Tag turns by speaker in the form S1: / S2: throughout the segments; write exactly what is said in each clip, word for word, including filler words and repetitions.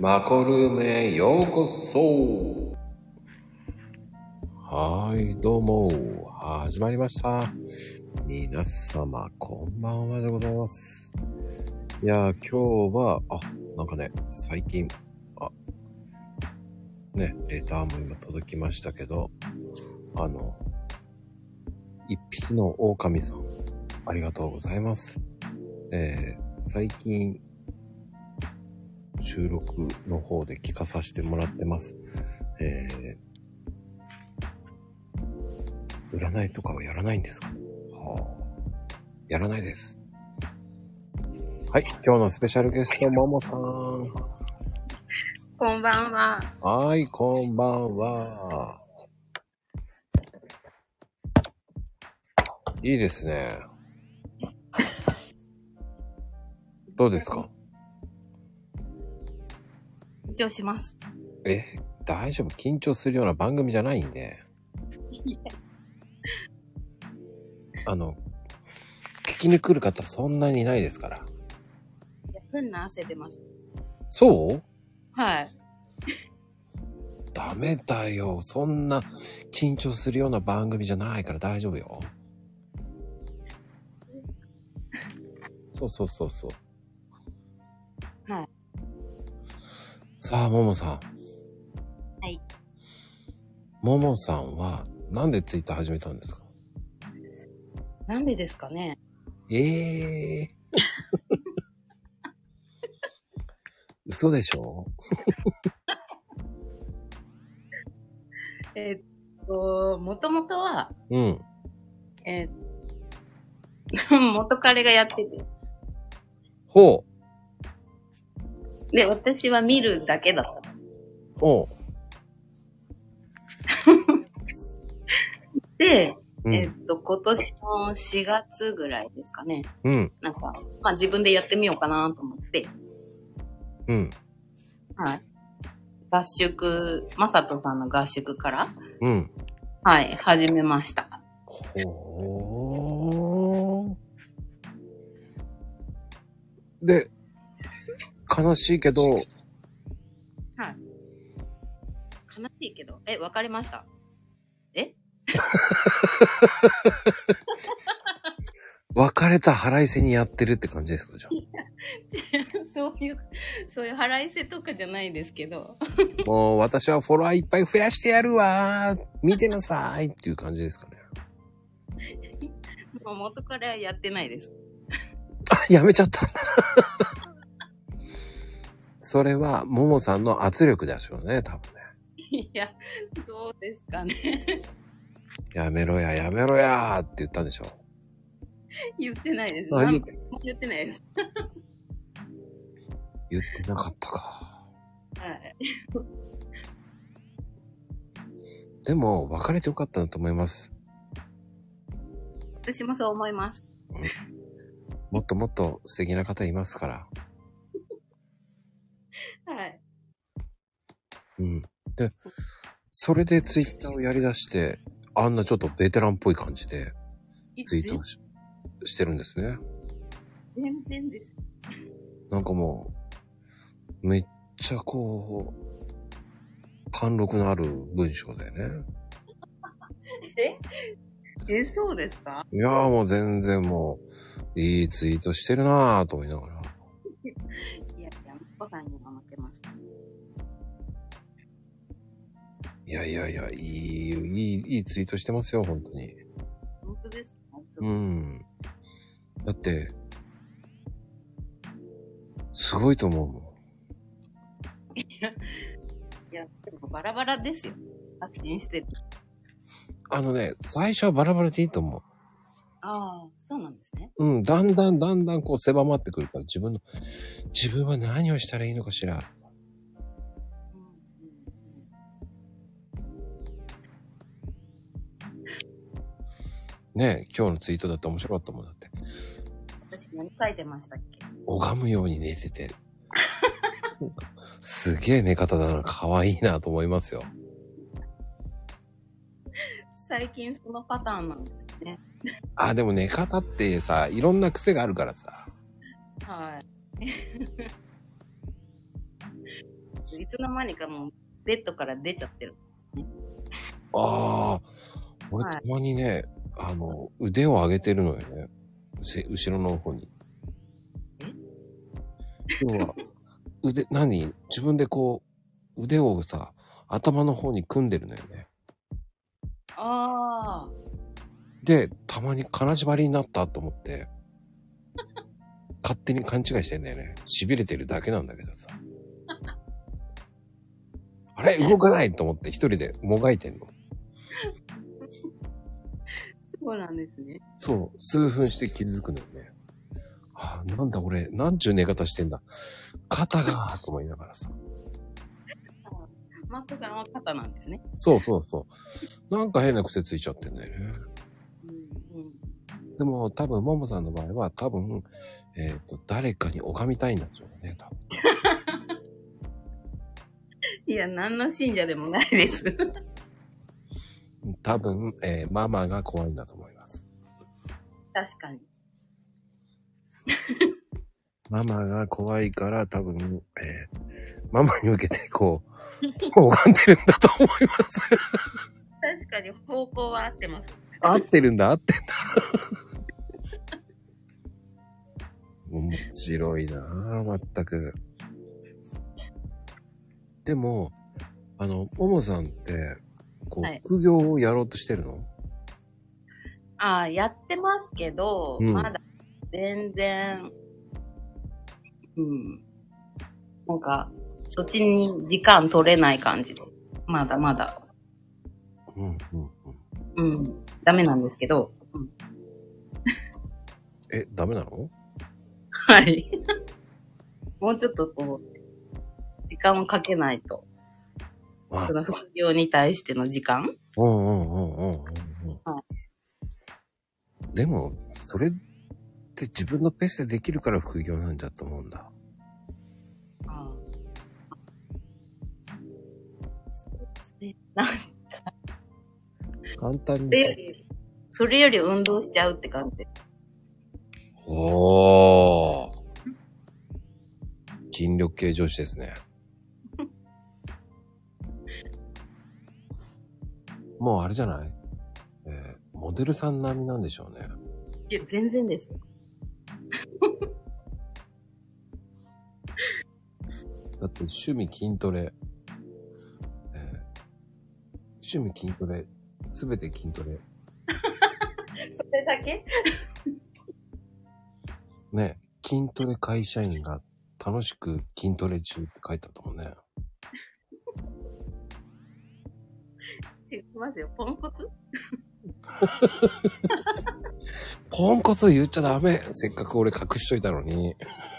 S1: マコルームへようこそ。はい、どうも。始まりました。皆様、こんばんはでございます。いやー、今日は、あ、なんかね、最近、あ、ね、レターも今届きましたけど、あの、一匹の狼さん、ありがとうございます。えー、最近、収録の方で聞かさせてもらってます。えー、占いとかはやらないんですか？はあ、やらないです。はい、今日のスペシャルゲスト、ももさん。
S2: こんばんは。
S1: はい、こんばんは。いいですね。どうですか？
S2: 緊張します。
S1: え、大丈夫。緊張するような番組じゃないんで。あの、聞きに来る方そんなにいないですから。
S2: いや、変な汗出ます。
S1: そう？
S2: はい。
S1: ダメだよ。そんな緊張するような番組じゃないから大丈夫よ。そうそうそうそう。
S2: はい。
S1: さあ、ももさん。
S2: はい。
S1: ももさんはなんでツイッター始めたんですか？
S2: なんでですかね。
S1: ええー。嘘でしょ？
S2: えっと、もともとは、
S1: うん。
S2: えー、元彼がやってて。
S1: ほ
S2: う。で、私は見るだけだった。
S1: ほう。
S2: で、うん、えっと、今年のしがつぐらいですかね。
S1: うん。
S2: なんか、まあ自分でやってみようかなと思って。
S1: うん。
S2: はい。合宿、まさとさんの合宿から、
S1: うん。
S2: はい、始めました。
S1: ほー。で、悲しいけど、はい。
S2: 悲しいけど、え、わかりました。え
S1: 別れた腹いせにやってるって感じですか、じゃあ。
S2: そういう、そういう腹いせとかじゃないですけど。
S1: もう私はフォロワーいっぱい増やしてやるわー。見てなさいっていう感じですかね。
S2: もう元からやってないです。
S1: あ、やめちゃった。それは、ももさんの圧力でしょうね、多分ね。
S2: いや、どうですかね。
S1: やめろや、やめろやーって言ったんでしょ。
S2: 言ってないです。
S1: あ、言って、
S2: 言ってないです。
S1: 言ってなかったか。
S2: はい。
S1: でも、別れてよかったなと思います。
S2: 私もそう思います。
S1: うん、もっともっと素敵な方いますから。
S2: はい。
S1: うん。で、それでツイッターをやり出して、あんなちょっとベテランっぽい感じでツイートを し, してるんですね。
S2: 全然です。
S1: なんかもう、めっちゃこう、貫禄のある文章だよね。
S2: ええ、そうですか？
S1: いやーもう全然もう、いいツイートしてるなぁと思いながら。
S2: いやいや、マコさんには負けます。
S1: いやいやいや、いい、いい、いいツイートしてますよ、本当に。
S2: 本当ですか？
S1: うん。だって、すごいと思うもん。
S2: いや、いや、でもバラバラですよ。発信してる。あ
S1: のね、最初はバラバラでいいと思う。
S2: ああ、そうなんですね。
S1: うん、だんだんだんだんこう狭まってくるから、自分の、自分は何をしたらいいのかしら。うんうん、ねえ、今日のツイートだって面白かったもんだって。
S2: 私何書いてましたっけ？
S1: 拝むように寝てて。すげえ寝方だな、可愛いなと思いますよ。
S2: 最近そのパターンなんですね。
S1: あ、でも寝方ってさ、いろんな癖があるからさ。
S2: はい。 いつの間にかもうベッドから出ちゃってるんですね。
S1: ああ、俺
S2: はい
S1: たまにね、あの、腕を上げてるのよね。せ後ろの方に。要は、腕、何自分でこう、腕をさ、頭の方に組んでるのよね。
S2: ああ。
S1: で、たまに金縛りになったと思って、勝手に勘違いしてんだよね。痺れてるだけなんだけどさ。あれ動かないと思って一人でもがいてんの。
S2: そうなんですね。
S1: そう、数分して気づくのよね。ああ、なんだ俺、なんちゅう寝方してんだ。肩がーと思いながらさ。
S2: マックさんは肩なんですね。
S1: そうそうそう。なんか変な癖ついちゃってんだよね。
S2: うんうん、
S1: でも多分、ももさんの場合は多分、えっと、誰かに拝みたいんですよね、多分。
S2: いや、何の信者でもないです。
S1: 多分、えー、ママが怖いんだと思います。
S2: 確かに。
S1: ママが怖いから多分、えー、ママに向けてこう、拝んでるんだと思います。
S2: 確かに方向は合ってます。
S1: 合ってるんだ、合ってんだ。面白いなぁ、まったく。でも、あの、ももさんって、こう、はい、副業をやろうとしてるの？
S2: ああ、やってますけど、うん、まだ全然、うん。なんか、そっちに時間取れない感じで。まだまだ。
S1: うんうん
S2: うん。うん。ダメなんですけど。うん、
S1: え、ダメなの？
S2: はい。もうちょっとこう、時間をかけないと。その副業に対しての時間？
S1: うんうんうんうんうんうん。はい、でも、それって自分のペースでできるから副業なんだと思うんだ。
S2: ああ。そうですね。なんか。
S1: 簡単に。
S2: それより、それより運動しちゃうって感じ。
S1: おー。筋力系女子ですね。もうあれじゃない？えー、モデルさん並みなんでしょうね。
S2: いや、全然ですよ。
S1: だって趣味筋トレ、えー、趣味筋トレ、すべて筋トレ。
S2: それだけ？
S1: ね、筋トレ会社員が楽しく筋トレ中って書いてあったもんね。
S2: 違いますよ。ポンコツ？
S1: ポンコツ言っちゃダメ。せっかく俺隠しといたのに。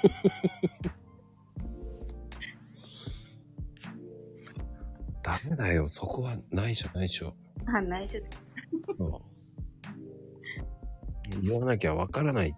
S1: ダメだよ。そこは内緒内緒。
S2: あ、内緒。
S1: そう。言わなきゃわからないって。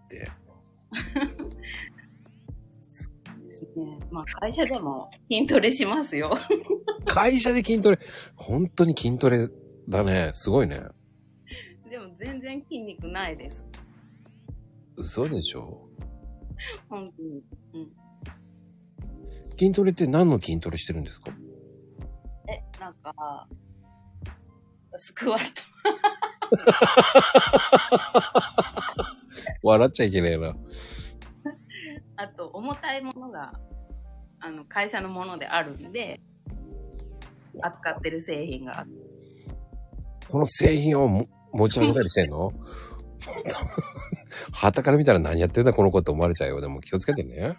S2: そうですね。まあ会社でも筋トレしますよ。
S1: 会社で筋トレ、本当に筋トレだね。すごいね。
S2: でも全然筋肉ないです。
S1: 嘘でしょ？
S2: 本当に。うん。
S1: 筋トレって何の筋トレしてるんですか？
S2: え、なんか、スクワット。
S1: 笑っちゃいけねえな。
S2: あと、重たいものが、あの、会社のものであるんで、扱ってる製品がある。
S1: その製品をも持ち上げたりしてんの？旗から見たら何やってんだこの子って思われちゃうよ。でも気をつけてね。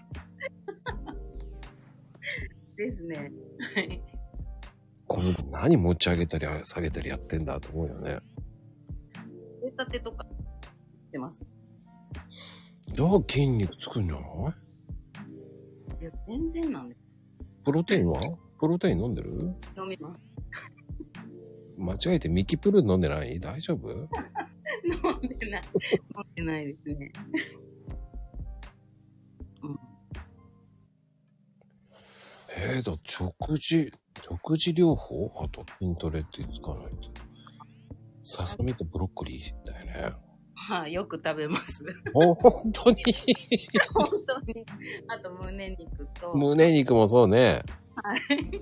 S2: ですね。
S1: この子何持ち上げたり下げたりやってんだと思うよね。
S2: 出たてとかしてます。
S1: じゃあ筋肉つくんじゃない？
S2: いや、全然なんです。
S1: プロテインは？プロテイン飲んでる？
S2: 飲みます。
S1: 間違えてミキプル飲んでない？大丈夫？
S2: 飲んでない。飲んでないですね。うん。
S1: えーだ、食事、食事療法？あと筋トレってつかないと。ささみとブロッコリーだよね。
S2: はい、あ、よく食べます。
S1: 本当に
S2: 本当に。あと胸肉と。
S1: 胸肉もそうね。
S2: ははい。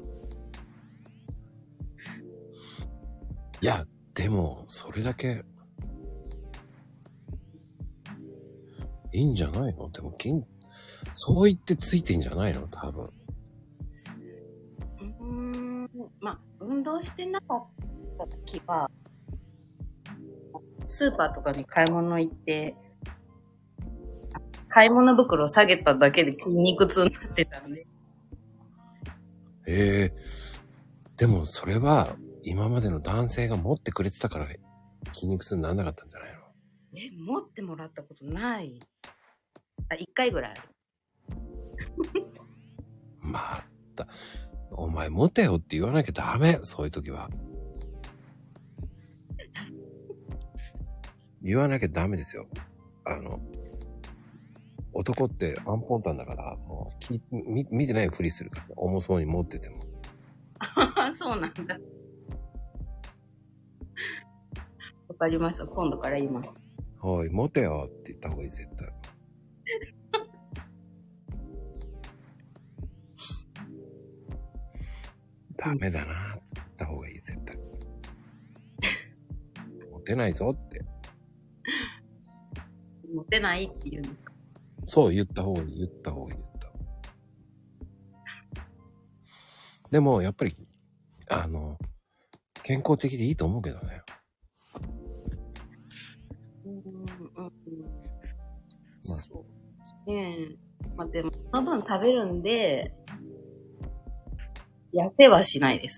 S1: いや、でも、それだけ、いいんじゃないの？でも、筋、そう言ってついてんじゃないの？多分。
S2: うーん、まあ、運動してなかった時は、スーパーとかに買い物行って、買い物袋下げただけで筋肉痛になってたんで。
S1: ええー、でもそれは今までの男性が持ってくれてたから筋肉痛にならなかったんじゃないの？
S2: え、持ってもらったことない。あ、一回ぐらいある。
S1: また、お前持てよって言わなきゃダメ、そういう時は。言わなきゃダメですよ。あの、男ってアンポンタンだから、もうき見、見てないふりするから、重そうに持ってても。
S2: そうなんだ。わかりました。今度から言います。
S1: おい、持てよって言った方がいい、絶対。ダメだなって言った方がいい、絶対。持てないぞって。
S2: 持てないって言うんですか？
S1: そう言った方がいい、言った方がいい、言った。でも、やっぱり、あの、健康的でいいと思うけどね。
S2: うん、うん、うん。
S1: まあ、
S2: そうねえ。まあでも、その分食べるんで、痩せはしないです。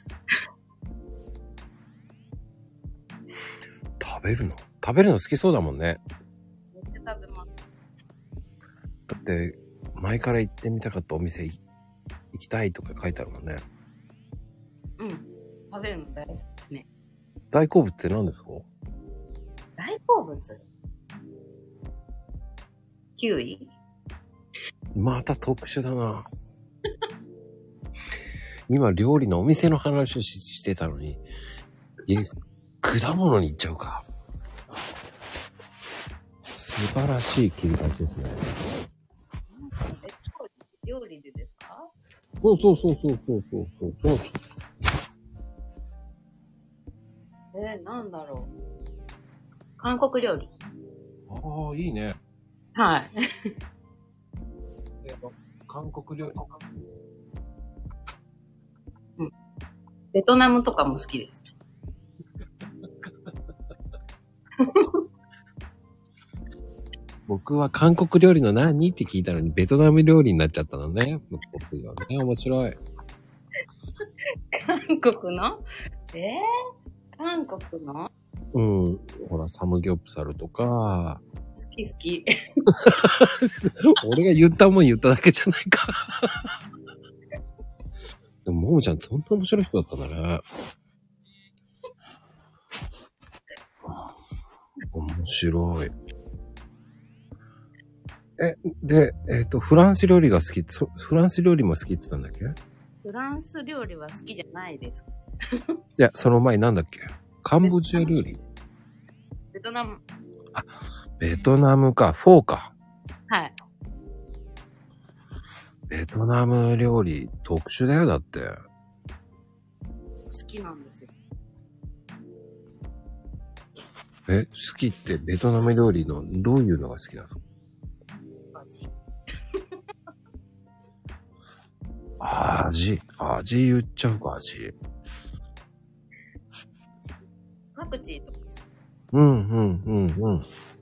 S1: 食べるの食べるの好きそうだもんね。
S2: めっちゃ食べます。
S1: だって、前から行ってみたかったお店行きたいとか書いてあるもんね。
S2: うん。食べるの大好きですね。
S1: 大好物って何ですか？
S2: 大好物？キウイ？
S1: また特殊だな。今料理のお店の話を し, してたのに、いえ、果物に行っちゃうか。素晴らしい切り方ですね。
S2: え、料理でですか？
S1: そうそうそうそうそうそうそう。
S2: えー、なんだろう。韓国料理。
S1: ああ、いいね。
S2: はい。
S1: 韓国料理。
S2: うん。ベトナムとかも好きです。
S1: 僕は韓国料理の何って聞いたのにベトナム料理になっちゃったのね。僕がね、面白い。
S2: 韓国の？えー、韓国の？
S1: うん。ほら、サムギョプサルとか。
S2: 好き好き。
S1: 俺が言ったもん言っただけじゃないか。でも、ももちゃん、そんな面白い人だったんだね。面白い。え、で、えっと、フランス料理が好き、フランス料理も好きって言ったんだっけ？
S2: フランス料理は好きじゃないです。
S1: いや、その前なんだっけ？カンボジア料理？
S2: ベトナム。
S1: あ、ベトナムか、フォーか。
S2: はい。
S1: ベトナム料理特殊だよ、だって。
S2: 好きなんですよ。
S1: え、好きってベトナム料理のどういうのが好きなの？
S2: 味。
S1: 味。味言っちゃうか、味。
S2: パクチーとか。
S1: うん、うん、うん、うん。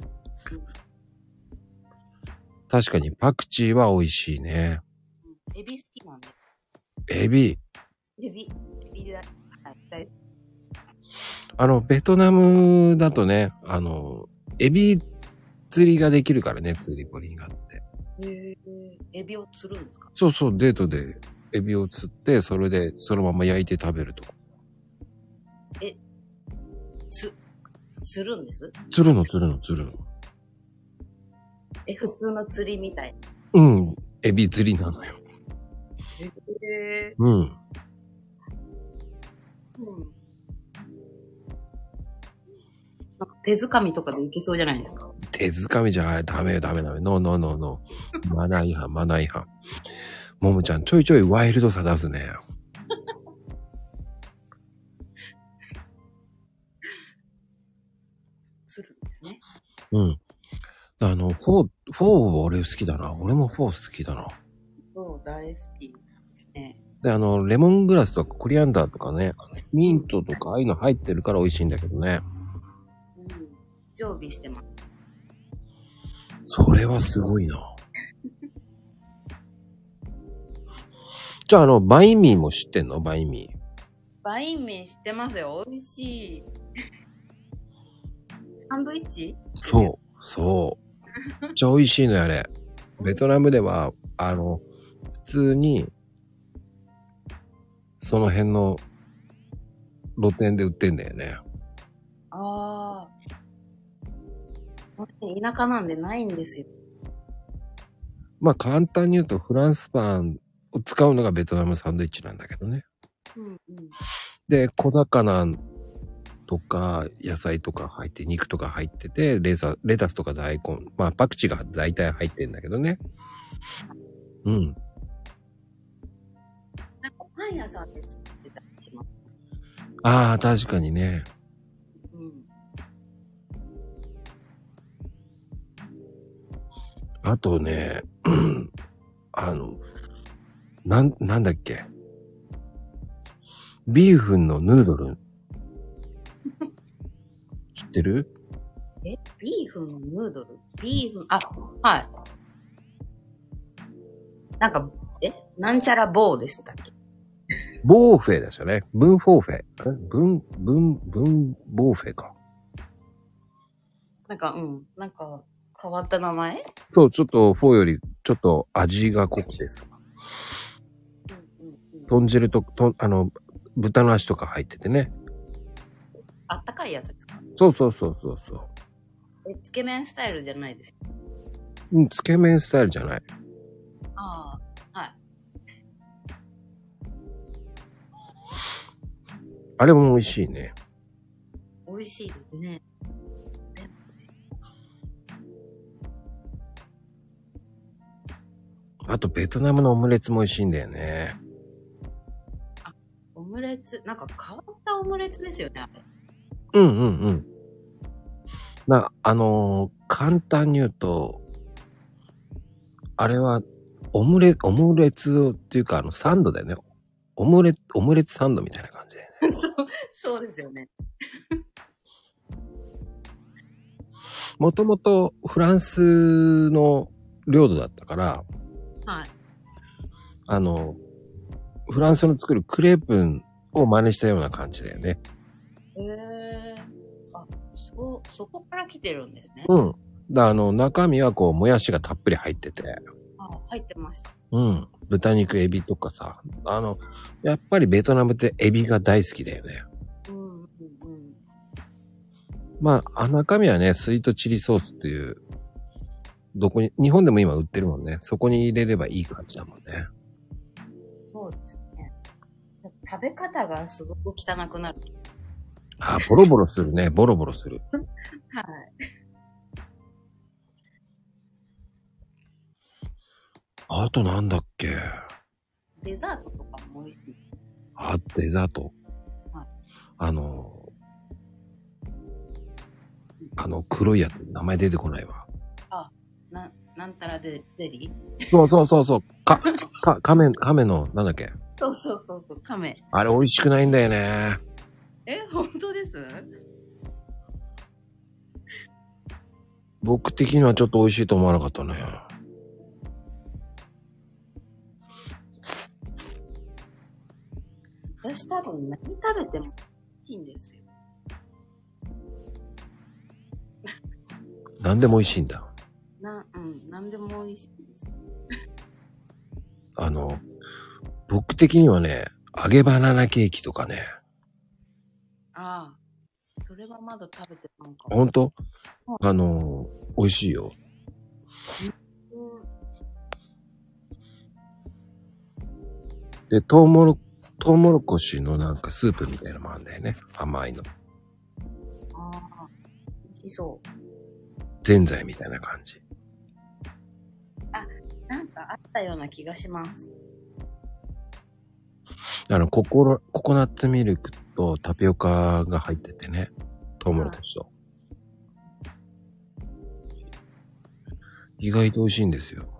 S1: 確かにパクチーは美味しいね。
S2: うん、エビ好きなんで。
S1: エビ。
S2: エビ。エビだ。はい。
S1: あの、ベトナムだとね、あの、エビ釣りができるからね、釣り堀があって。
S2: へー、エビを釣るんですか？
S1: そうそう、デートでエビを釣って、それでそのまま焼いて食べるとか。
S2: え、つ、釣るんです？
S1: 釣るの、釣るの、釣るの。
S2: え、普通の釣りみたい。
S1: うん、エビ釣りなのよ。
S2: へー。
S1: うん。うん。
S2: なんか手づかみとかでいけそうじゃないですか？
S1: 手づかみじゃダメよ、ダメダメ。ノーノーノーノー。マナー違反、マナー違反。 ももちゃん、ちょいちょいワイルドさ出すね。
S2: するんですね。
S1: うん。あの、フォー、フォー俺好きだな。俺もフォー好きだな。
S2: そう、大好きですね。
S1: で、あの、レモングラスとかコリアンダーとかね、ミントとかああいうの入ってるから美味しいんだけどね。
S2: うん。常備してます。
S1: それはすごいな。じゃあ、あの、バインミーも知ってんの？バインミー。
S2: バインミー知ってますよ。美味しい。サンドイッチ？
S1: そう、そう。めっちゃ美味しいのよ、あれ。ベトナムでは、あの、普通に、その辺の露店で売ってんだよね。
S2: ああ。田舎なんでないんですよ。
S1: まあ簡単に言うとフランスパンを使うのがベトナムサンドイッチなんだけどね。
S2: うんうん。
S1: で、小魚とか野菜とか入って、肉とか入ってて、レタレタスとか大根、まあパクチーが大体入ってんだけどね。うん。
S2: なんかパン屋さんで作ってたりします。
S1: ああ、確かにね。
S2: うん。
S1: あとね、あの、なん、なんだっけ。ビーフンのヌードル。知ってる？
S2: え、ビーフンのヌードル？ビーフン、あ、はい。なんか、え、なんちゃらボーでしたっけ？
S1: ボーフェですよね。ブンフォーフェ。えブン、ブン、ブン、ボーフェか。
S2: なんか、うん。なんか、変わった名前？
S1: そう、ちょっとフォーよりちょっと味が濃くてさ。
S2: うんうんうん。
S1: 豚汁と、と、あの、豚の足とか入っててね。
S2: あったかいやつですか？
S1: そうそうそうそうそう。
S2: え、つけ麺スタイルじゃないですか？
S1: うん、つけ麺スタイルじゃない。
S2: ああ、はい。
S1: あれも美味しいね。
S2: 美味しいですね。
S1: あと、ベトナムのオムレツも美味しいんだよね。
S2: あ、オムレツ、なんか変わったオムレツですよね、あれ。
S1: うんうんうん。な、あのー、簡単に言うと、あれは、オムレ、オムレツっていうか、あの、サンドだよね。オムレ、オムレツサンドみたいな感じで、ね。
S2: そう、そうですよね。
S1: もともとフランスの領土だったから、
S2: はい。
S1: あの、フランスの作るクレープを真似したような感じだよね。
S2: へえ。あ、そう、そこから来てるんですね。
S1: うん。だあの、中身はこう、もやしがたっぷり入ってて。
S2: あ、入ってました。
S1: うん。豚肉、エビとかさ。あの、やっぱりベトナムってエビが大好きだよね。
S2: うんうんうん。
S1: まあ、中身はね、スイートチリソースっていう、どこに、日本でも今売ってるもんね。そこに入れればいい感じだもんね。
S2: そうですね。食べ方がすごく汚くなる。
S1: あ、ボロボロするね。ボロボロする。
S2: はい。
S1: あとなんだっけ。
S2: デザートとかも美味しい。
S1: あ、デザート。
S2: はい。
S1: あの、あの黒いやつ、名前出てこないわ。
S2: あ、な、なんたらで、ゼリー？
S1: そうそうそうそう。か、か、亀、亀の、なんだっけ。
S2: そうそうそうそう、亀。
S1: あれ美味しくないんだよね。
S2: え、本当です？
S1: 僕的にはちょっと美味しいと思わなかったね。
S2: 私多分何食べてもいいんですよ。
S1: 何でも美味しいんだ。
S2: な、うん、何でも美味しいですよ。
S1: あの、僕的にはね、揚げバナナケーキとかね。
S2: ああ、それはまだ食べてないかも。
S1: ほんと？
S2: はい、
S1: あの、美味しいよ。で、トウモロ、トウモロコシのなんかスープみたいなのもあるんだよね。甘いの。
S2: ああ、美味しそう。
S1: ぜんざいみたいな感じ。
S2: あ、なんかあったような気がします。
S1: あの、ココロ、ココナッツミルクとタピオカが入っててね。トウモロコシと。意外と美味しいんですよ。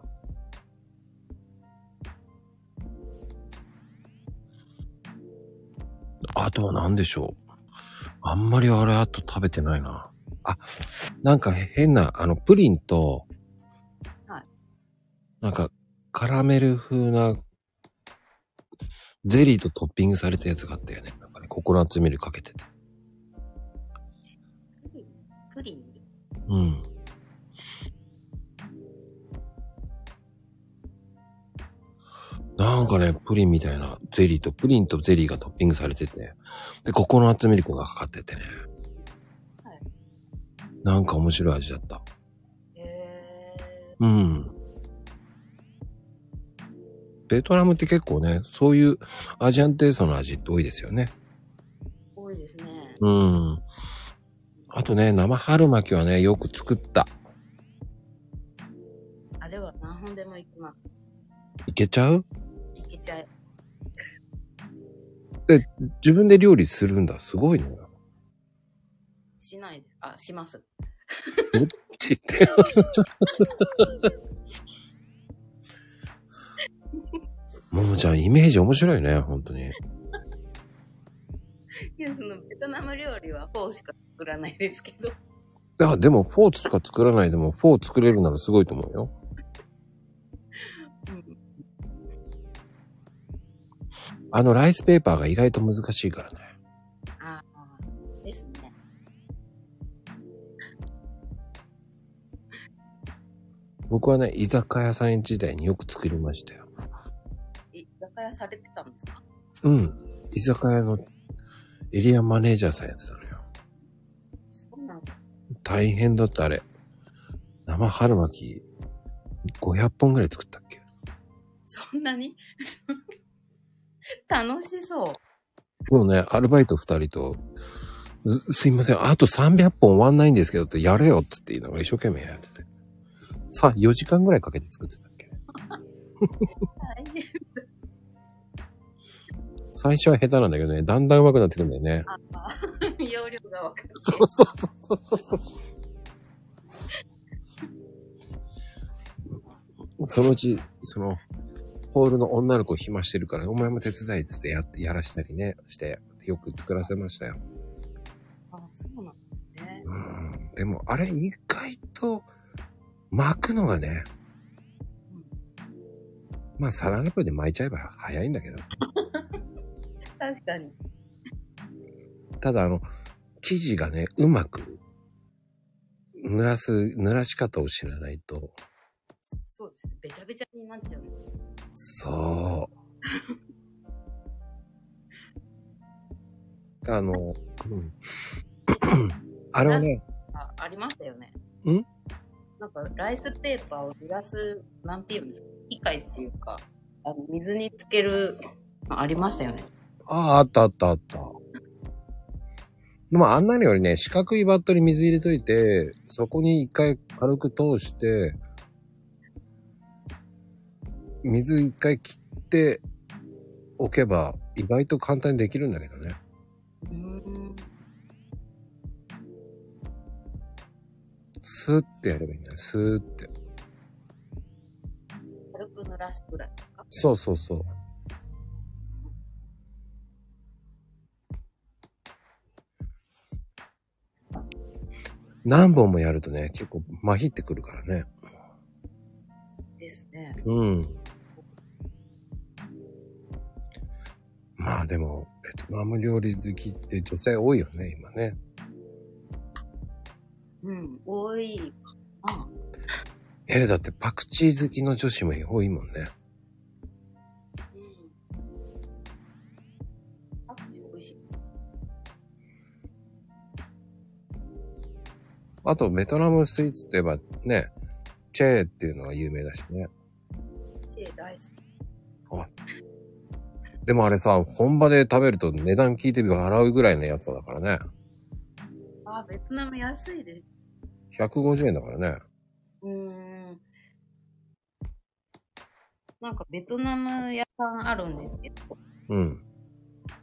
S1: あとは何でしょう。あんまりあれあと食べてないな。あ、なんか変な、あの、プリンと、
S2: はい。
S1: なんか、カラメル風な、ゼリーとトッピングされたやつがあったよね。なんかね、ココナッツミルクかけてて。
S2: プリンプリン
S1: うん。なんかね、プリンみたいなゼリーと、プリンとゼリーがトッピングされてて、で、ココナッツミルクがかかっててね。
S2: はい。
S1: なんか面白い味だった。
S2: へ
S1: うん。ベトナムって結構ね、そういうアジアンテイストの味って多いですよね。
S2: 多いですね。
S1: うん。あとね、生春巻きはね、よく作った。
S2: あれは何本でもいきます。
S1: いけちゃう？
S2: いけちゃう。
S1: で、自分で料理するんだ。すごいね。
S2: しないです。あ、します。
S1: どっちってももちゃん、イメージ面白いね、本当に。
S2: いや、そのベトナム料理はフォーしか作らないですけど。
S1: あ、でもフォーしか作らないでもフォー作れるならすごいと思うよ。
S2: うん、
S1: あのライスペーパーが意外と難しいからね。
S2: ああ、ですね。
S1: 僕はね、居酒屋さん時代によく作りましたよ。
S2: 居酒屋されてたんですか？
S1: うん。居酒屋のエリアマネージャーさんやってたのよ。
S2: そうなんです。
S1: 大変だったあれ。生春巻きごひゃっぽんぐらい作ったっけ？
S2: そんなに楽しそう。
S1: もうね、アルバイトふたりと、すいません、あとさんびゃっぽん終わんないんですけどってやれよっつって言いながら一生懸命やってて。さあ、よじかんぐらいかけて作ってたっけ？
S2: 大変。
S1: 最初は下手なんだけどね、だんだん上手くなってくるんだよね。
S2: ああ、容量が分かって。
S1: そうそうそうそうそう。そのうち、その、ホールの女の子暇してるから、お前も手伝いっつってやって、やらしたりね、して、よく作らせましたよ。
S2: あ、そうなんですね。
S1: うん。でも、あれ意外と、巻くのがね、
S2: うん、
S1: まあ、サランラップで巻いちゃえば早いんだけど。
S2: 確かに。
S1: ただ、あの、生地がね、うまく、濡らす、濡らし方を知らないと。
S2: そうですね。べちゃべちゃになっちゃう。
S1: そう。あの、うん、あれはね、
S2: あ、ありましたよね。
S1: ん
S2: なんか、ライスペーパーを濡らす、なんていうんですか、機械っていうか、あの、水につける、ありましたよね。
S1: ああ、あったあったあった。でもあんなのよりね、四角いバットに水入れといて、そこに一回軽く通して、水一回切っておけば意外と簡単にできるんだけどね。
S2: うーん。
S1: スーってやればいいんだよ。スーって。
S2: 軽く濡らすくらいですか？
S1: そうそうそう。何本もやるとね、結構麻痺ってくるからね。
S2: ですね。
S1: うん。まあでも、ベトナム料理好きって女性多いよね、今ね。
S2: うん、多いかな。
S1: えー、だってパクチー好きの女子も多いもんね。
S2: うん。パクチー美味しい。
S1: あと、ベトナムスイーツって言えばね、チェーっていうのが有名だしね。
S2: チェー大好き。
S1: あ、でもあれさ、本場で食べると値段聞いて笑うぐらいのやつだからね。
S2: あ、ベトナム安いです。
S1: ひゃくごじゅうえんだからね。
S2: うーん。なんかベトナム屋さんあるんですけど、
S1: うん。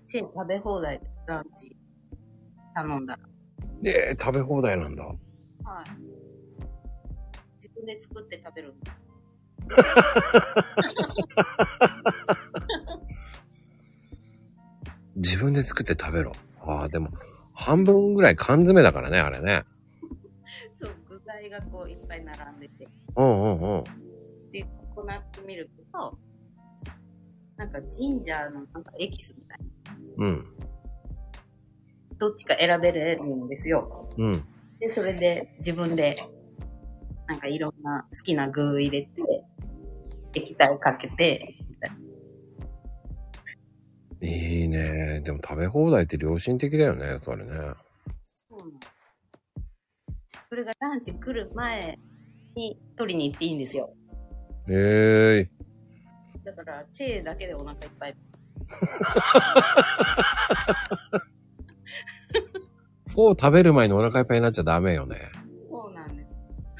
S2: チェーン食べ放題でランチ頼んだら。
S1: えー、食べ放題なんだ。
S2: はい。自分で作って食べるんだ。
S1: 自分で作って食べろ。ああ、でも、半分ぐらい缶詰だからね、あれね。
S2: そう、具材がこういっぱい並んでて。
S1: うんうんうん。
S2: で、ココナッツミルクと、なんかジンジャーのなんかエキスみたいな。
S1: うん。
S2: どっちか選べるんですよ。
S1: うん。
S2: で、それで自分で、なんかいろんな好きな具入れて、液体かけて、みたいな。
S1: いいね。でも食べ放題って良心的だよね、それね。
S2: そうなの。それがランチ来る前に取りに行っていいんですよ。
S1: ええ
S2: ー。だから、チェーだけでお腹いっぱい。
S1: フォー食べる前にお腹いっぱいになっちゃダメよね。
S2: そうなんです。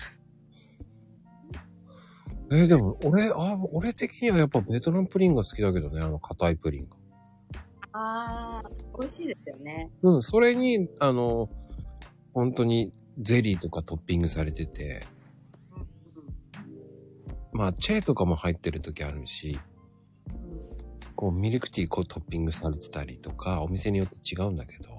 S1: えー、でも、俺、あ、俺的にはやっぱベトナムプリンが好きだけどね、あの硬いプリンが。
S2: あー、美味しいですよね。
S1: うん、それに、あの、本当にゼリーとかトッピングされてて、
S2: うんうん、
S1: まあ、チェーとかも入ってる時あるし、
S2: うん、
S1: こう、ミルクティーこうトッピングされてたりとか、お店によって違うんだけど、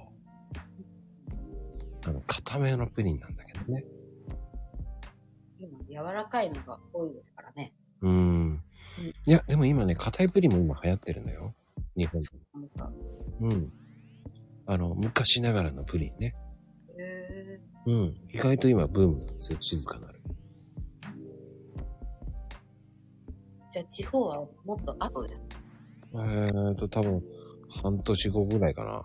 S1: あの、硬めのプリンなんだけどね。
S2: 今、柔らかいのが多いですからね。
S1: うーん。うん、いや、でも今ね、硬いプリンも今流行ってるのよ。日本で。うん。あの、昔ながらのプリンね。
S2: へ
S1: うん。意外と今ブームなんですよ。静かなる。
S2: じゃあ地方はもっと後です。
S1: えーと、多分、半年後ぐらいかな。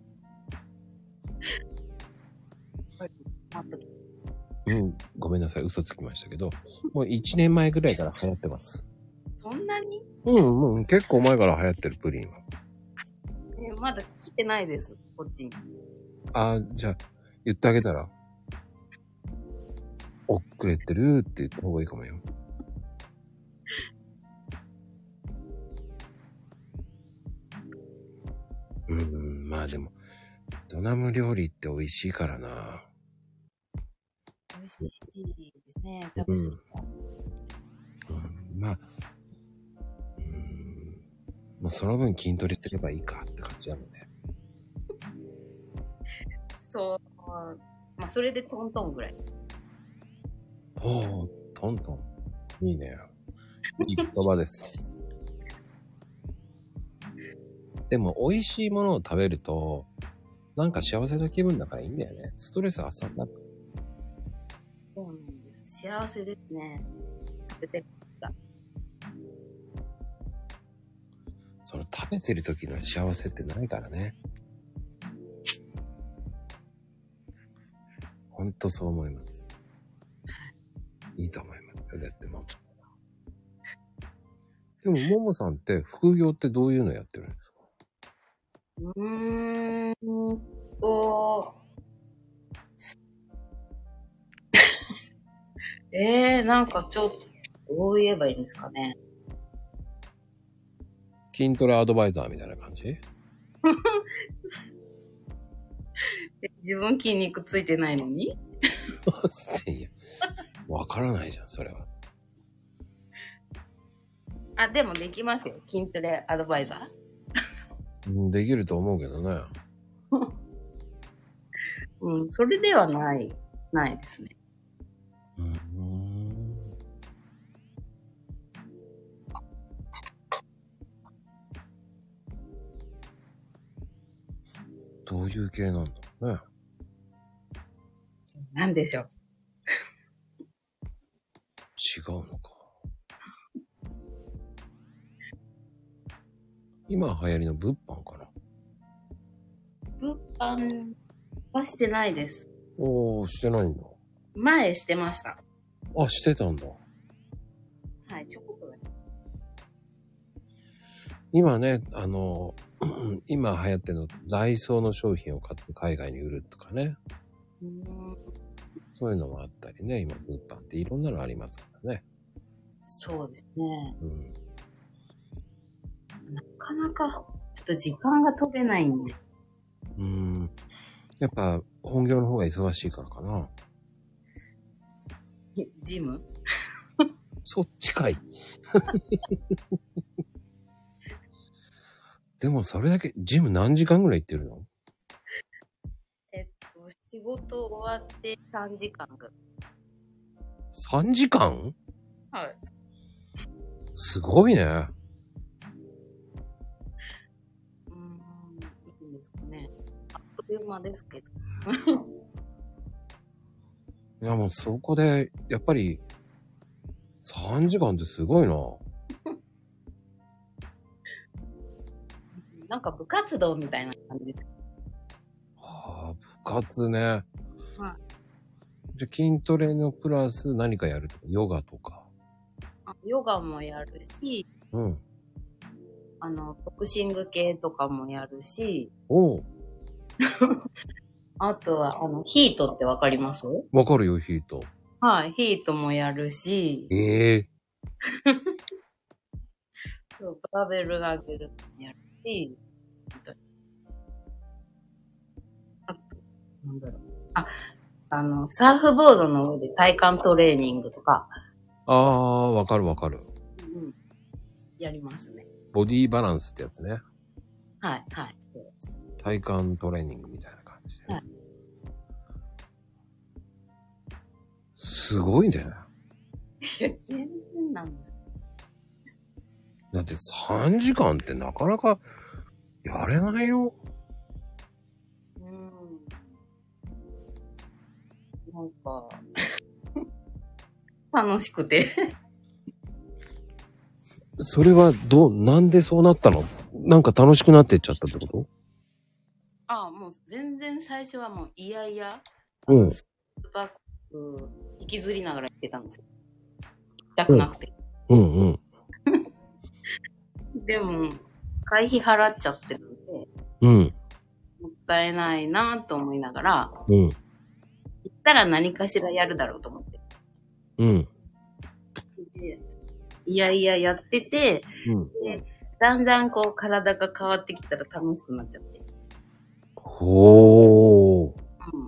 S1: うん。ごめんなさい。嘘つきましたけど、もういちねんまえぐらいから流行ってます。
S2: そんなに？
S1: うん、うん。結構前から流行ってるプリンは。
S2: え、まだ来てないです。こっちに。
S1: あー、じゃあ、言ってあげたら。遅れてるって言った方がいいかもよ。うーん、まあでも、ベトナム料理って美味しいからな。
S2: 美味しいですね。食べ過ぎた。
S1: うん、うん、まあ、うーん、もうその分筋トレすればいいかって感じなのね。
S2: そう。まあ、それでトントンぐらい。
S1: おー、トントン。いいね。いい言葉です。でも、美味しいものを食べると、なんか幸せな気分だからいいんだよね。ストレス発散だから。
S2: そうなんです。幸せですね。食べてるか
S1: その食べてる時の幸せってないからね。ほんとそう思います。いいと思います。だってもう。でも、ももさんって副業ってどういうのやってるんですか？
S2: うーんと、えー、なんかちょっと、どう言えばいいんですかね。
S1: 筋トレアドバイザーみたいな感じ？
S2: 自分筋肉ついてないのにい
S1: や、わからないじゃん、それは。
S2: あ、でもできますよ。筋トレアドバイザ
S1: うん、できると思うけどね。
S2: ーうん、それではない、ないですね。
S1: うーん。どういう系なんだろうね。
S2: なんでしょう。
S1: 違うのか。今流行りの物販かな。
S2: 物販はしてないです。
S1: おー、してないんだ。
S2: 前してました。
S1: あ、してたんだ。
S2: はい、ちょこっとだけ。
S1: 今ね、あの、今流行ってるの、ダイソーの商品を買って海外に売るとかね。
S2: うーん、
S1: そういうのもあったりね、今物販っていろんなのありますからね。
S2: そうですね。
S1: うん。
S2: なかなかちょっと時間が取れないんで。
S1: うーん。やっぱ本業の方が忙しいからかな。
S2: ジム
S1: そっちかい。でもそれだけ、ジム何時間ぐらい行ってるの？
S2: えっと、仕事終わってさんじかんぐらい。
S1: さんじかん？
S2: はい。
S1: すごいね。
S2: うーん、いいんですかね。あっという間ですけど。
S1: いやもうそこで、やっぱり、さんじかんってすごいな。
S2: なんか部活動みたいな感じです。
S1: はあ、部活ね。はい。じゃあ筋トレのプラス何かやるとか、ヨガとか。
S2: あ、ヨガもやるし、うん。あの、ボクシング系とかもやるし、おう。あとは、あの、ヒートってわかります？
S1: わかるよ、ヒート。
S2: はい、ヒートもやるし、
S1: ええ
S2: そう、バーベル上げるのもやるし、あと、なんだろう。あ、あの、サーフボードの上で体幹トレーニングとか。
S1: ああ、わかるわかる。
S2: うん。やりますね。
S1: ボディーバランスってやつね。
S2: はい、はい。そうです。
S1: 体幹トレーニングみたいな感じで、ね。はい。すごいね。いや、
S2: 全然なんです。
S1: だってさんじかんってなかなかやれないよ。
S2: うん。なんか、楽しくて。
S1: それはどう、なんでそうなったの？なんか楽しくなってっちゃったってこと？
S2: ああ、もう全然最初はもういやいや、
S1: うん。
S2: スバック引きずりながら行ってたんですよ。行きたくなくて。
S1: うん、うん、
S2: うん。でも、会費払っちゃってるんで、
S1: うん。
S2: もったいないなと思いながら、
S1: うん。
S2: 行ったら何かしらやるだろうと思って。
S1: うん。
S2: でいやいややってて、うん、でだんだんこう体が変わってきたら楽しくなっちゃって。
S1: ほー。うん。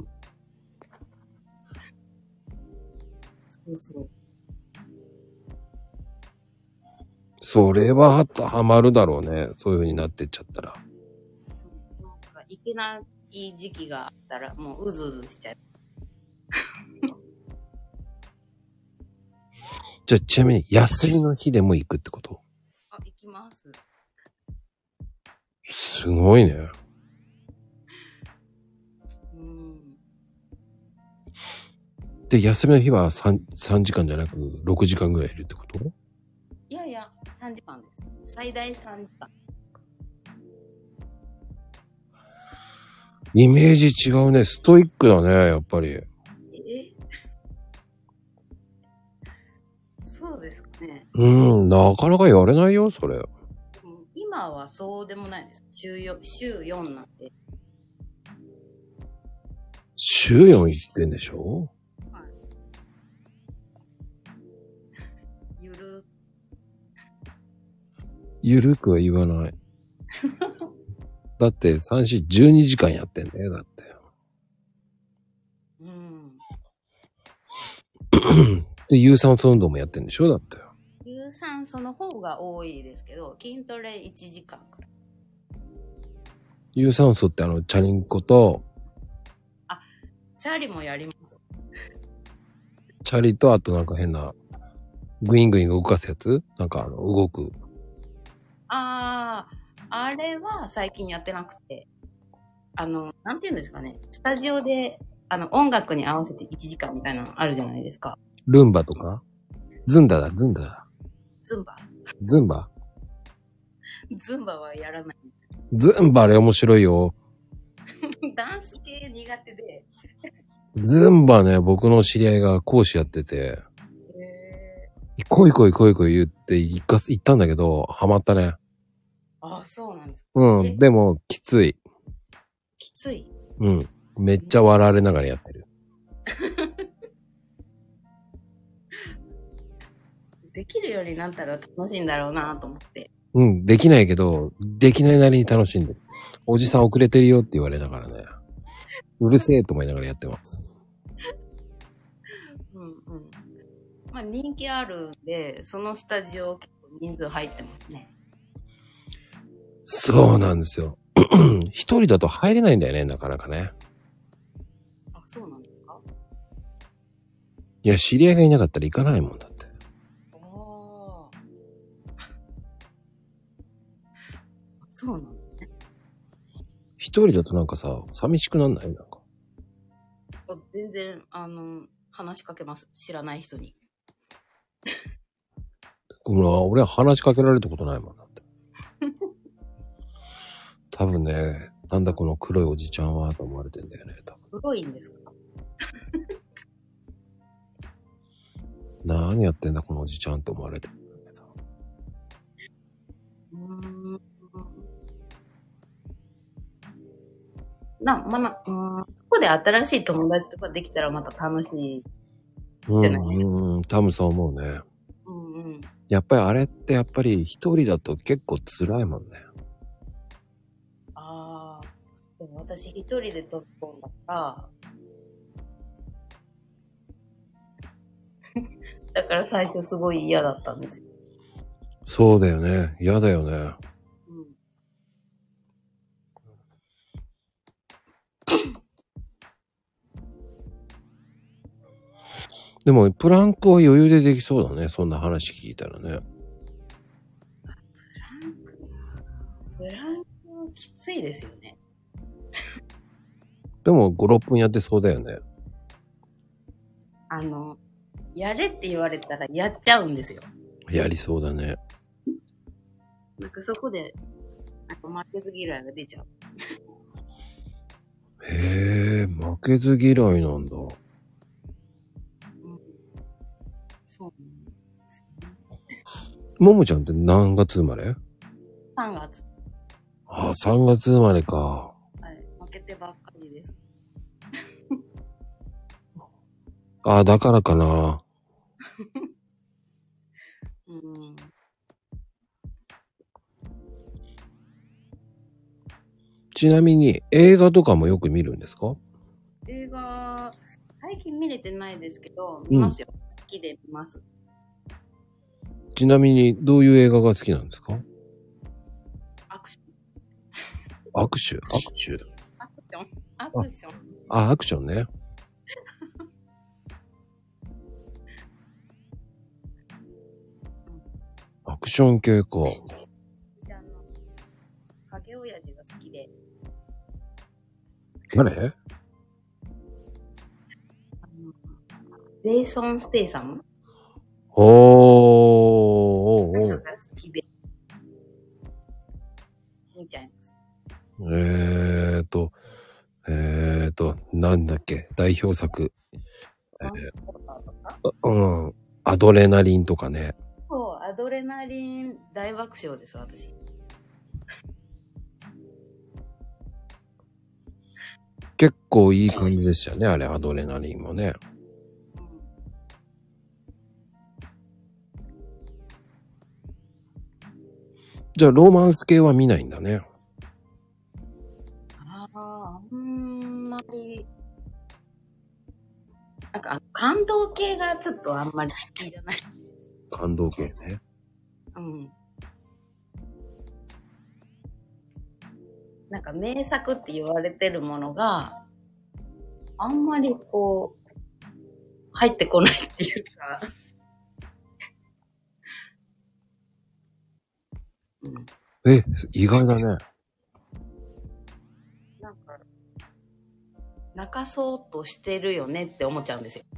S2: そうそう。
S1: それはハマるだろうね。そういう風になってっちゃったら。
S2: そうなんかいけない時期があったらもううずうずしちゃう。
S1: じゃあちなみに休みの日でも行くってこと？
S2: あ、行きます。
S1: すごいね。うん。で、休みの日は 3, 3時間じゃなくろくじかんぐらいいるってこと？
S2: いやいや、さんじかんです。最大さんじかん。
S1: イメージ違うね。ストイックだね、やっぱり。え？
S2: そうですかね。
S1: うん、なかなかやれないよ、それ。
S2: 今はそうでもないです。週よん、週よんなんで。
S1: 週よん行ってんでしょ？はい。
S2: ゆる。
S1: ゆるくは言わない。だって、さん、よん、じゅうにじかんやってんだよ、だって。うん。で、有酸素運動もやってんでしょ、だって。
S2: 有酸素の方が多いですけど、筋トレいちじかんくらい。
S1: 有酸素ってあの、チャリンコと、
S2: あ、チャリもやります。
S1: チャリと、あとなんか変な、グイングイン動かすやつ？なんかあの、動く。
S2: あー、あれは最近やってなくて、あの、なんていうんですかね、スタジオで、あの、音楽に合わせていちじかんみたいなのあるじゃないですか。
S1: ルンバとか？ズンダだ、ズンダだ。
S2: ズンバ？
S1: ズンバ？
S2: ズンバはやらない。
S1: ズンバあれ面白いよ。
S2: ダンス系苦手で。
S1: ズンバね、僕の知り合いが講師やってて、へー。来い来い来い来い言って行か行ったんだけど、ハマったね。
S2: ああ、そうなんですか。
S1: うん、でも、きつい。
S2: きつい？
S1: うん。めっちゃ笑われながらやってる。
S2: できるようになったら楽しいんだろうなと思って。
S1: うん、できないけど、できないなりに楽しんでる。おじさん遅れてるよって言われながらね。うるせえと思いながらやってます。
S2: うんうん。まあ人気あるんで、そのスタジオ結構人数入ってますね。
S1: そうなんですよ。一人だと入れないんだよね、なかなかね。
S2: あ、そうなんですか？
S1: いや、知り合いがいなかったら行かないもんだって。
S2: ああ。そうなんですね。
S1: 一人だとなんかさ、寂しくなんない？なんか。
S2: 全然、あの、話しかけます。知らない人に。
S1: 俺は話しかけられたことないもんだって。多分ね、なんだこの黒いおじちゃんはと思われてんだよね、多分。
S2: 黒いんですか？
S1: 何やってんだこのおじちゃんって思われてるんだけど。
S2: うーん。な、まあまあ、うん、そこで新しい友達とかできたらまた楽しいじゃないですか。
S1: うん、うん、多分そう思うね。
S2: うんうん。
S1: やっぱりあれってやっぱり一人だと結構辛いもんね。
S2: ああ、でも私一人で飛び込んだから、だから最初すごい嫌だったんですよ。
S1: そうだよね。嫌だよね。
S2: うん。
S1: でもプランクは余裕でできそうだね。そんな話聞いたらね。
S2: プランクきついですよね。
S1: でもご、ろっぷんやってそうだよね。
S2: あの、やれって言われたらやっちゃうんですよ。
S1: やりそうだね。
S2: なんかそこで、なんか負けず嫌いが出ちゃう。
S1: へえ、負けず嫌いなんだ。うん、
S2: そうなんですよね。
S1: ももちゃんって何月生まれ？
S2: さんがつ。
S1: ああ、さんがつ生まれか。
S2: はい、負けてばっかりです。
S1: ああ、だからかな。
S2: うん。
S1: ちなみに映画とかもよく見るんですか？
S2: 映画、最近見れてないですけど、見ますよ。うん、好きで見ます。
S1: ちなみにどういう映画が好きなんですか？
S2: アクション。
S1: 握手握手
S2: アクションアクション。
S1: あ、アクションね。アクション系か。
S2: 私あの、影親父が好きで。
S1: 誰？
S2: ジェイソン・ステイサム。
S1: おー、おー、おー。
S2: が好きで。見ちゃいます。
S1: えーと、えーと、なんだっけ、代表作。えー、うん、アドレナリンとかね。
S2: そう、アドレナリン大爆笑です、私。
S1: 結構いい感じでしたよね、あれ、アドレナリンもね。じゃあ、ローマンス系は見ないんだね。
S2: ああ、あんまり。なんか、感動系がちょっとあんまり好きじゃない。
S1: 感動系ね。
S2: うん。なんか名作って言われてるものがあんまりこう入ってこないっていうか、
S1: うん、え、意外だね。
S2: なんか泣かそうとしてるよねって思っちゃうんですよ。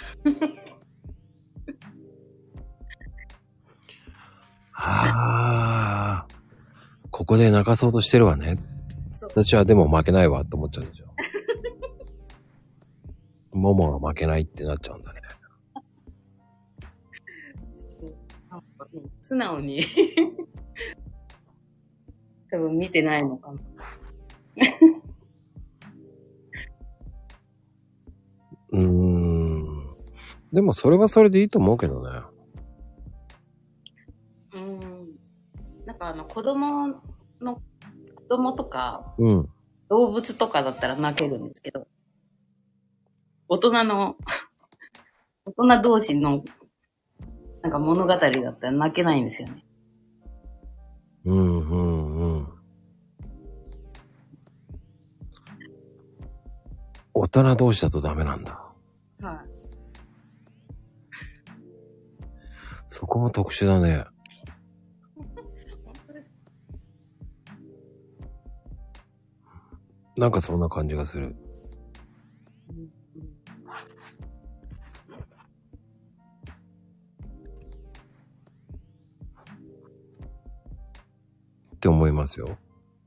S1: はあ、ここで泣かそうとしてるわね。私はでも負けないわって思っちゃうんですよ。ももが負けないってなっちゃうんだね。
S2: なんかね、素直に多分見てないのかな。
S1: うーん。でもそれはそれでいいと思うけどね。
S2: うーん。 なんかあの子供の、子供とか、
S1: うん。
S2: 動物とかだったら泣けるんですけど、大人の、大人同士の、なんか物語だったら泣けないんですよね。
S1: うんうんうん。大人同士だとダメなんだ。
S2: はい。
S1: そこも特殊だね。
S2: 本当ですか？
S1: なんかそんな感じがする。
S2: うんうん、
S1: って思いますよ。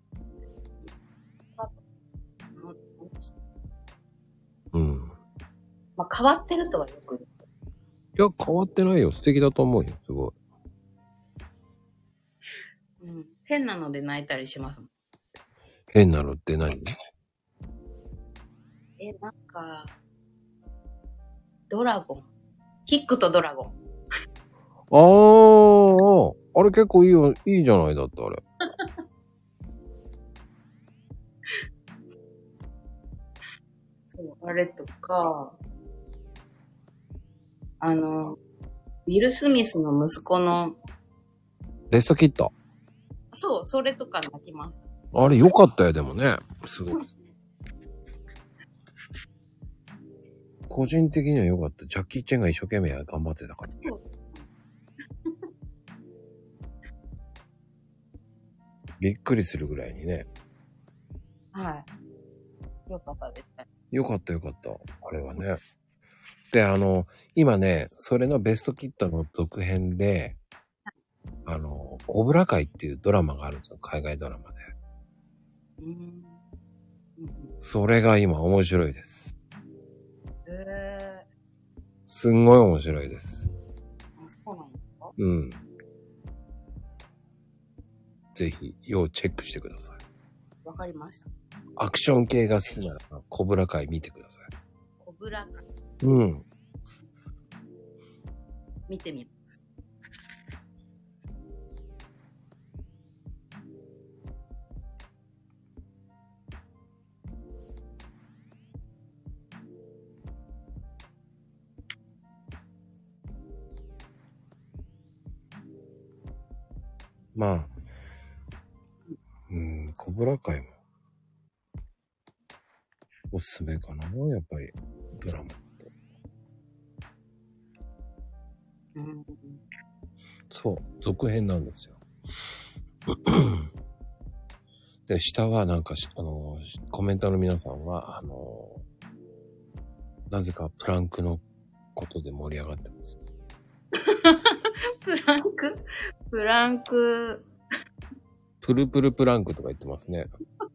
S1: うん。
S2: まあ、変わってるとはよく。
S1: いや、変わってないよ。素敵だと思うよ。すごい。
S2: うん。変なので泣いたりしますもん。
S1: 変なのって何？
S2: え、なんか、ドラゴン。キックとドラゴン。
S1: あー、あれ結構いいよ、いいじゃないだってあれ。
S2: そう、あれとか、あの、ウィル・スミスの息子の、
S1: ベストキット。
S2: そう、それとか泣きました。
S1: あれ良かったよ、でもね。すごい。個人的には良かった。ジャッキー・チェンが一生懸命頑張ってたからね。びっくりするぐらいにね。
S2: はい。よかったですね。
S1: よかったよかった。あれはね。で、あの、今ね、それのベストキットの続編で、あの、コブラ会っていうドラマがあるんですよ。海外ドラマで。
S2: うーん。うん、
S1: それが今面白いです。
S2: へー。
S1: すんごい面白いです。
S2: あ、そうなんですか？
S1: うん。ぜひ、要チェックしてください。
S2: わかりました。
S1: アクション系が好きなら、コブラ会見てください。
S2: コブラ会。
S1: うん。
S2: 見てみます。
S1: まあ、うん、コブラ会も、おすすめかな、やっぱり、ドラマと。
S2: うん。
S1: そう、続編なんですよ。で、下はなんか、あの、コメントの皆さんは、あの、なぜかプランクのことで盛り上がってます。
S2: プランクプランク。
S1: プルプルプランクとか言ってますね。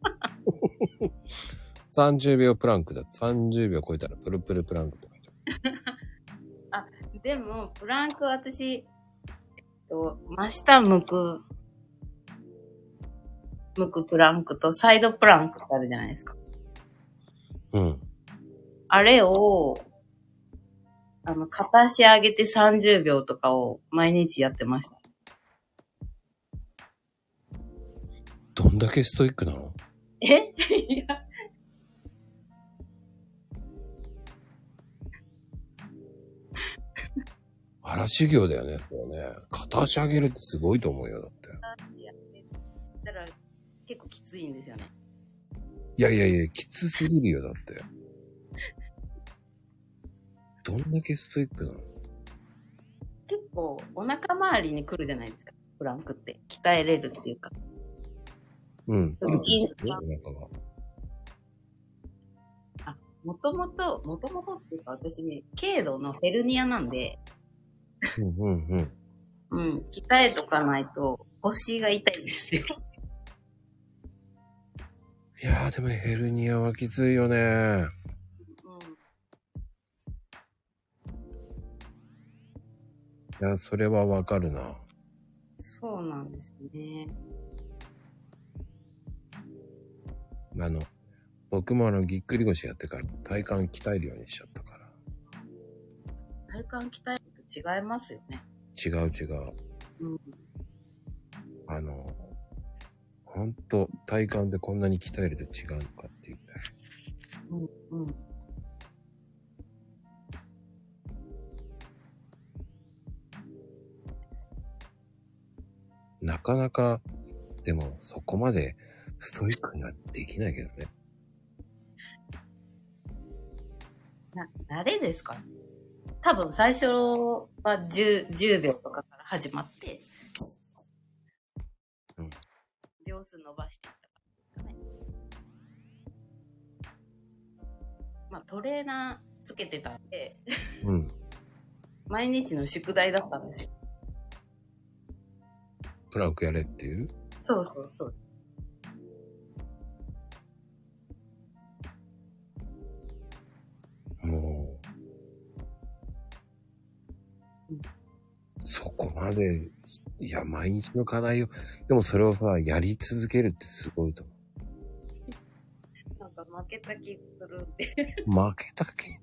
S1: さんじゅうびょうプランクだ。さんじゅうびょう超えたらプルプルプランクとか言って
S2: あ、でも、プランク私、えっと、真下向く、向くプランクとサイドプランクってあるじゃないですか。
S1: うん。
S2: あれを、あの、片足上げてさんじゅうびょうとかを毎日やってました。
S1: どんだけストイックなの？
S2: えいや。
S1: 荒修行だよね、それね。片足上げるってすごいと思うよ、だって。
S2: だから結構きついんですよね。
S1: いやいやいや、きつすぎるよ、だって。どんだけストイックなの？
S2: 結構お腹周りに来るじゃないですか。プランクって鍛えれるっていうか。
S1: うん。
S2: 腹筋
S1: お腹が。
S2: あ、もともと、もともとっていうか私、軽度のヘルニアなんで、
S1: うんうんうん。
S2: うん、鍛えとかないと腰が痛いんですよ。
S1: いやーでもヘルニアはきついよね。いや、それはわかるな。
S2: そうなんですね。
S1: あの、僕もあの、ぎっくり腰やってから体幹鍛えるようにしちゃったから。
S2: 体幹鍛えると違いますよね。
S1: 違う違う。
S2: うん。
S1: あの、ほんと体感でこんなに鍛えると違うのかっていうぐらい。
S2: うんうん。
S1: なかなか、でもそこまでストイックにはできないけどね。
S2: な、慣れですか？多分最初は 10, 10秒とかから始まって、
S1: うん。
S2: 秒数伸ばしていったからですかね。まあトレーナーつけてたんで、
S1: うん。
S2: 毎日の宿題だったんですよ。
S1: プランクやれっていう？
S2: そうそうそう。
S1: もう、そこまで、いや、毎日の課題を、でもそれをさ、やり続けるってすごいと思
S2: う。なんか負けた気するんで。
S1: 負けた気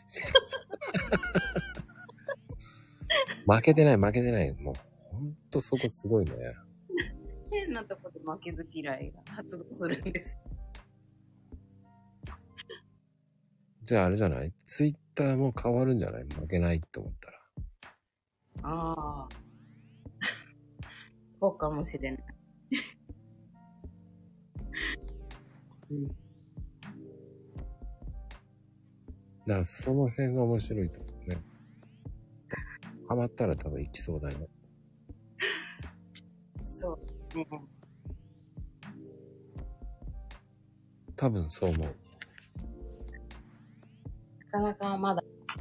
S1: 負けてない、負けてない。もう、ほんとそこすごいね。
S2: 変なとこで負けず嫌いが発動するんです。
S1: じゃああれじゃない？ツイッターも変わるんじゃない？負けないって思ったら。
S2: ああ。そうかもしれない。うん、
S1: だからその辺が面白いと思うね。ハマったら多分行きそうだよ。
S2: そうね。
S1: 多分そう思う。
S2: なかなかまだ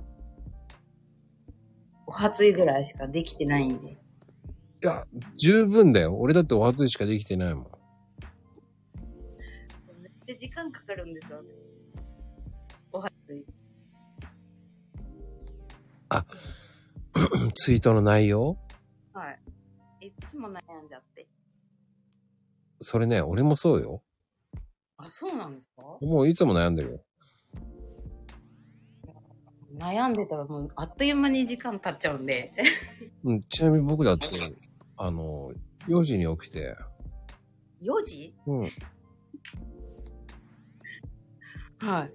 S2: お初いぐらいしかできてないんで。
S1: いや、十分だよ。俺だってお初いしかできてないもん。
S2: めっちゃ時間かかるんですよ、私。お初い。
S1: あ、ツイートの内容？
S2: はい。いつも悩んじゃって。
S1: それね、俺もそうよ。
S2: あ、そうなんですか？
S1: もういつも悩んでるよ。
S2: 悩んでたらもうあっという間に時間経っちゃうんで。
S1: うん、ちなみに僕だって、あの、よじに起きて。
S2: よじ？
S1: うん。
S2: はい。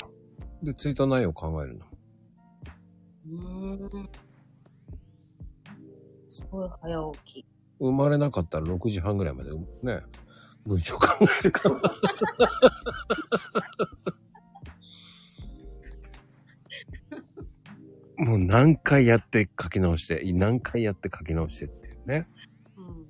S1: で、ツイート内容を考えるの。
S2: うーん。すごい早起き。
S1: 生まれなかったらろくじはんぐらいまでね、文章考えるから。もう何回やって書き直して、何回やって書き直してっていうね。
S2: うんうん。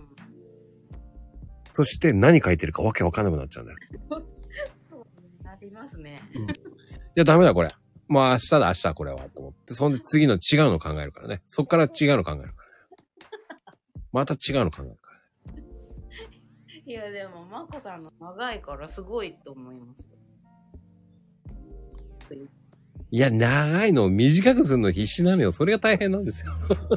S1: そして何書いてるかわけわかんなくなっちゃうんだよ。
S2: そうなりますね。
S1: うん、いや、ダメだこれ。もう明日だ明日これはと思って、そんで次の違うの考えるからね。そっから違うの考えるからね。また違うの考えるからね。
S2: いやでもまこさんの長いからすごいと思いますよ。
S1: いや、長いのを短くするの必死なのよ。それが大変なんですよ。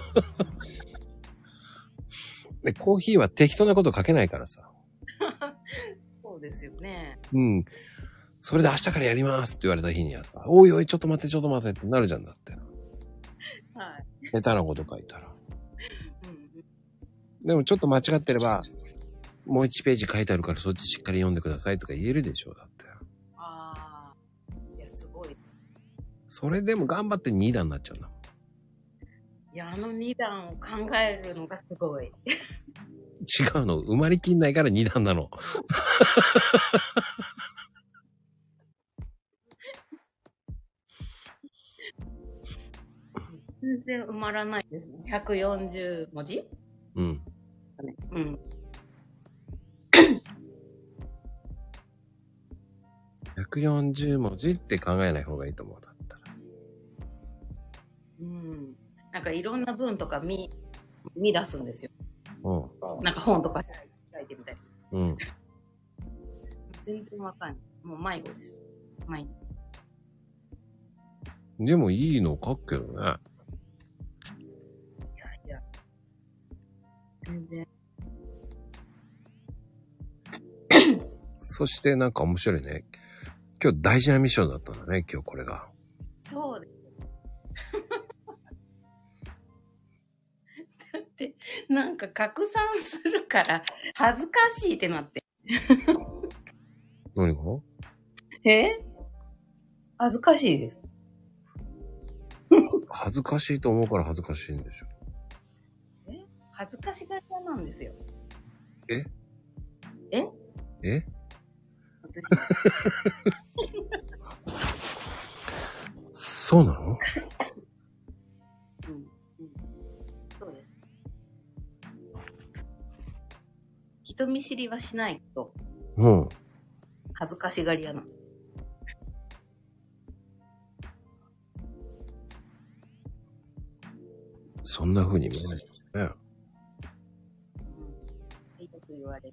S1: で、コーヒーは適当なこと書けないからさ。
S2: そうですよね。
S1: うん。それで明日からやりますって言われた日にはさ、おいおい、ちょっと待って、ちょっと待ってってなるじゃんだって。
S2: はい。
S1: 下手なこと書いたら。
S2: うん、
S1: でもちょっと間違ってれば、もういちページ書いてあるからそっちしっかり読んでくださいとか言えるでしょ、だって。
S2: ああ。いや、すごいです。
S1: それでも頑張ってに段になっちゃうんだもん。
S2: いや、あのに段を考えるのがすごい。
S1: 違うの。埋まりきんないからに段なの。
S2: 全然埋まらないですもん。ひゃくよんじゅう文字？
S1: うん。
S2: うん。
S1: ひゃくよんじゅう文字って考えない方がいいと思う。だったら。
S2: うん。なんかいろんな文とか見、見出すんですよ。うん。なんか本とか書いてみたり。うん。全然わかんない。もう迷子です。毎日。
S1: でもいいの書くけどね。いや
S2: いや。全然。
S1: そしてなんか面白いね。今日大事なミッションだったんだね、今日これが。
S2: そうです。だって、 なんか拡散するから恥ずかしいってなって。
S1: 何が？
S2: え？恥ずかしいです。
S1: 恥ずかしいと思うから恥ずかしいんでしょ。
S2: え？恥ずかしがり屋なんですよ。
S1: え？
S2: え？
S1: え？そうなの？うん、うん、
S2: そうです。人見知りはしないと。
S1: うん。
S2: 恥ずかしがり屋なの。
S1: そんな風に見えないですね。うん。よ
S2: く言われる。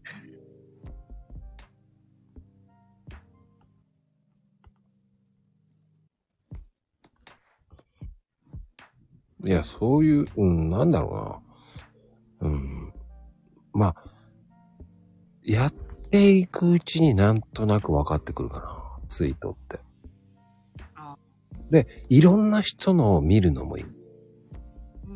S1: いや、そういう、うん、なんだろうな。うん。まあ、やっていくうちになんとなく分かってくるかな。ツイートって。ああ。で、いろんな人のを見るのもいい。
S2: うん。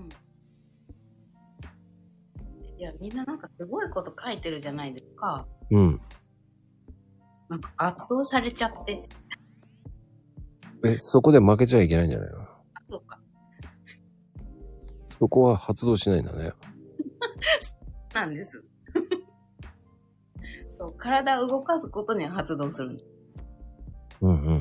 S2: いや、みんななんかすごいこと書いてるじゃないですか。
S1: うん。
S2: なんか圧倒されちゃって。
S1: え、そこで負けちゃいけないんじゃないの？あ、
S2: そうか。
S1: そこは発動しないんだね。
S2: なんです。そう、体を動かすことには発動する。
S1: うんうんうん。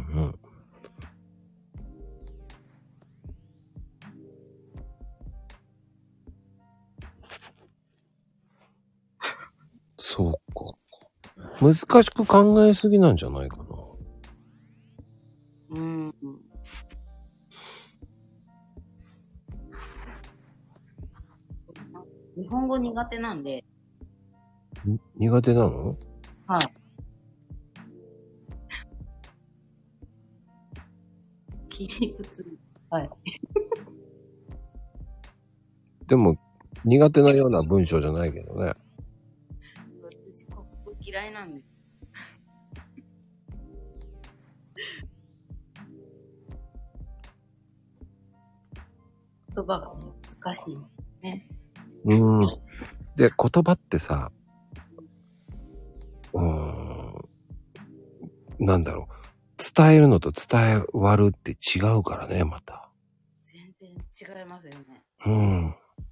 S1: そうか。難しく考えすぎなんじゃないかな。
S2: うん。日本語苦手なんで。
S1: 苦手なの？
S2: はい。筋肉痛。はい。
S1: でも、苦手なような文章じゃないけどね。
S2: 私、国語嫌いなんです。言葉が難しいね。
S1: うん。で、言葉ってさ、うーん、なんだろう。伝えるのと伝わるって違うからね、また。
S2: 全然違いますよね。
S1: うん。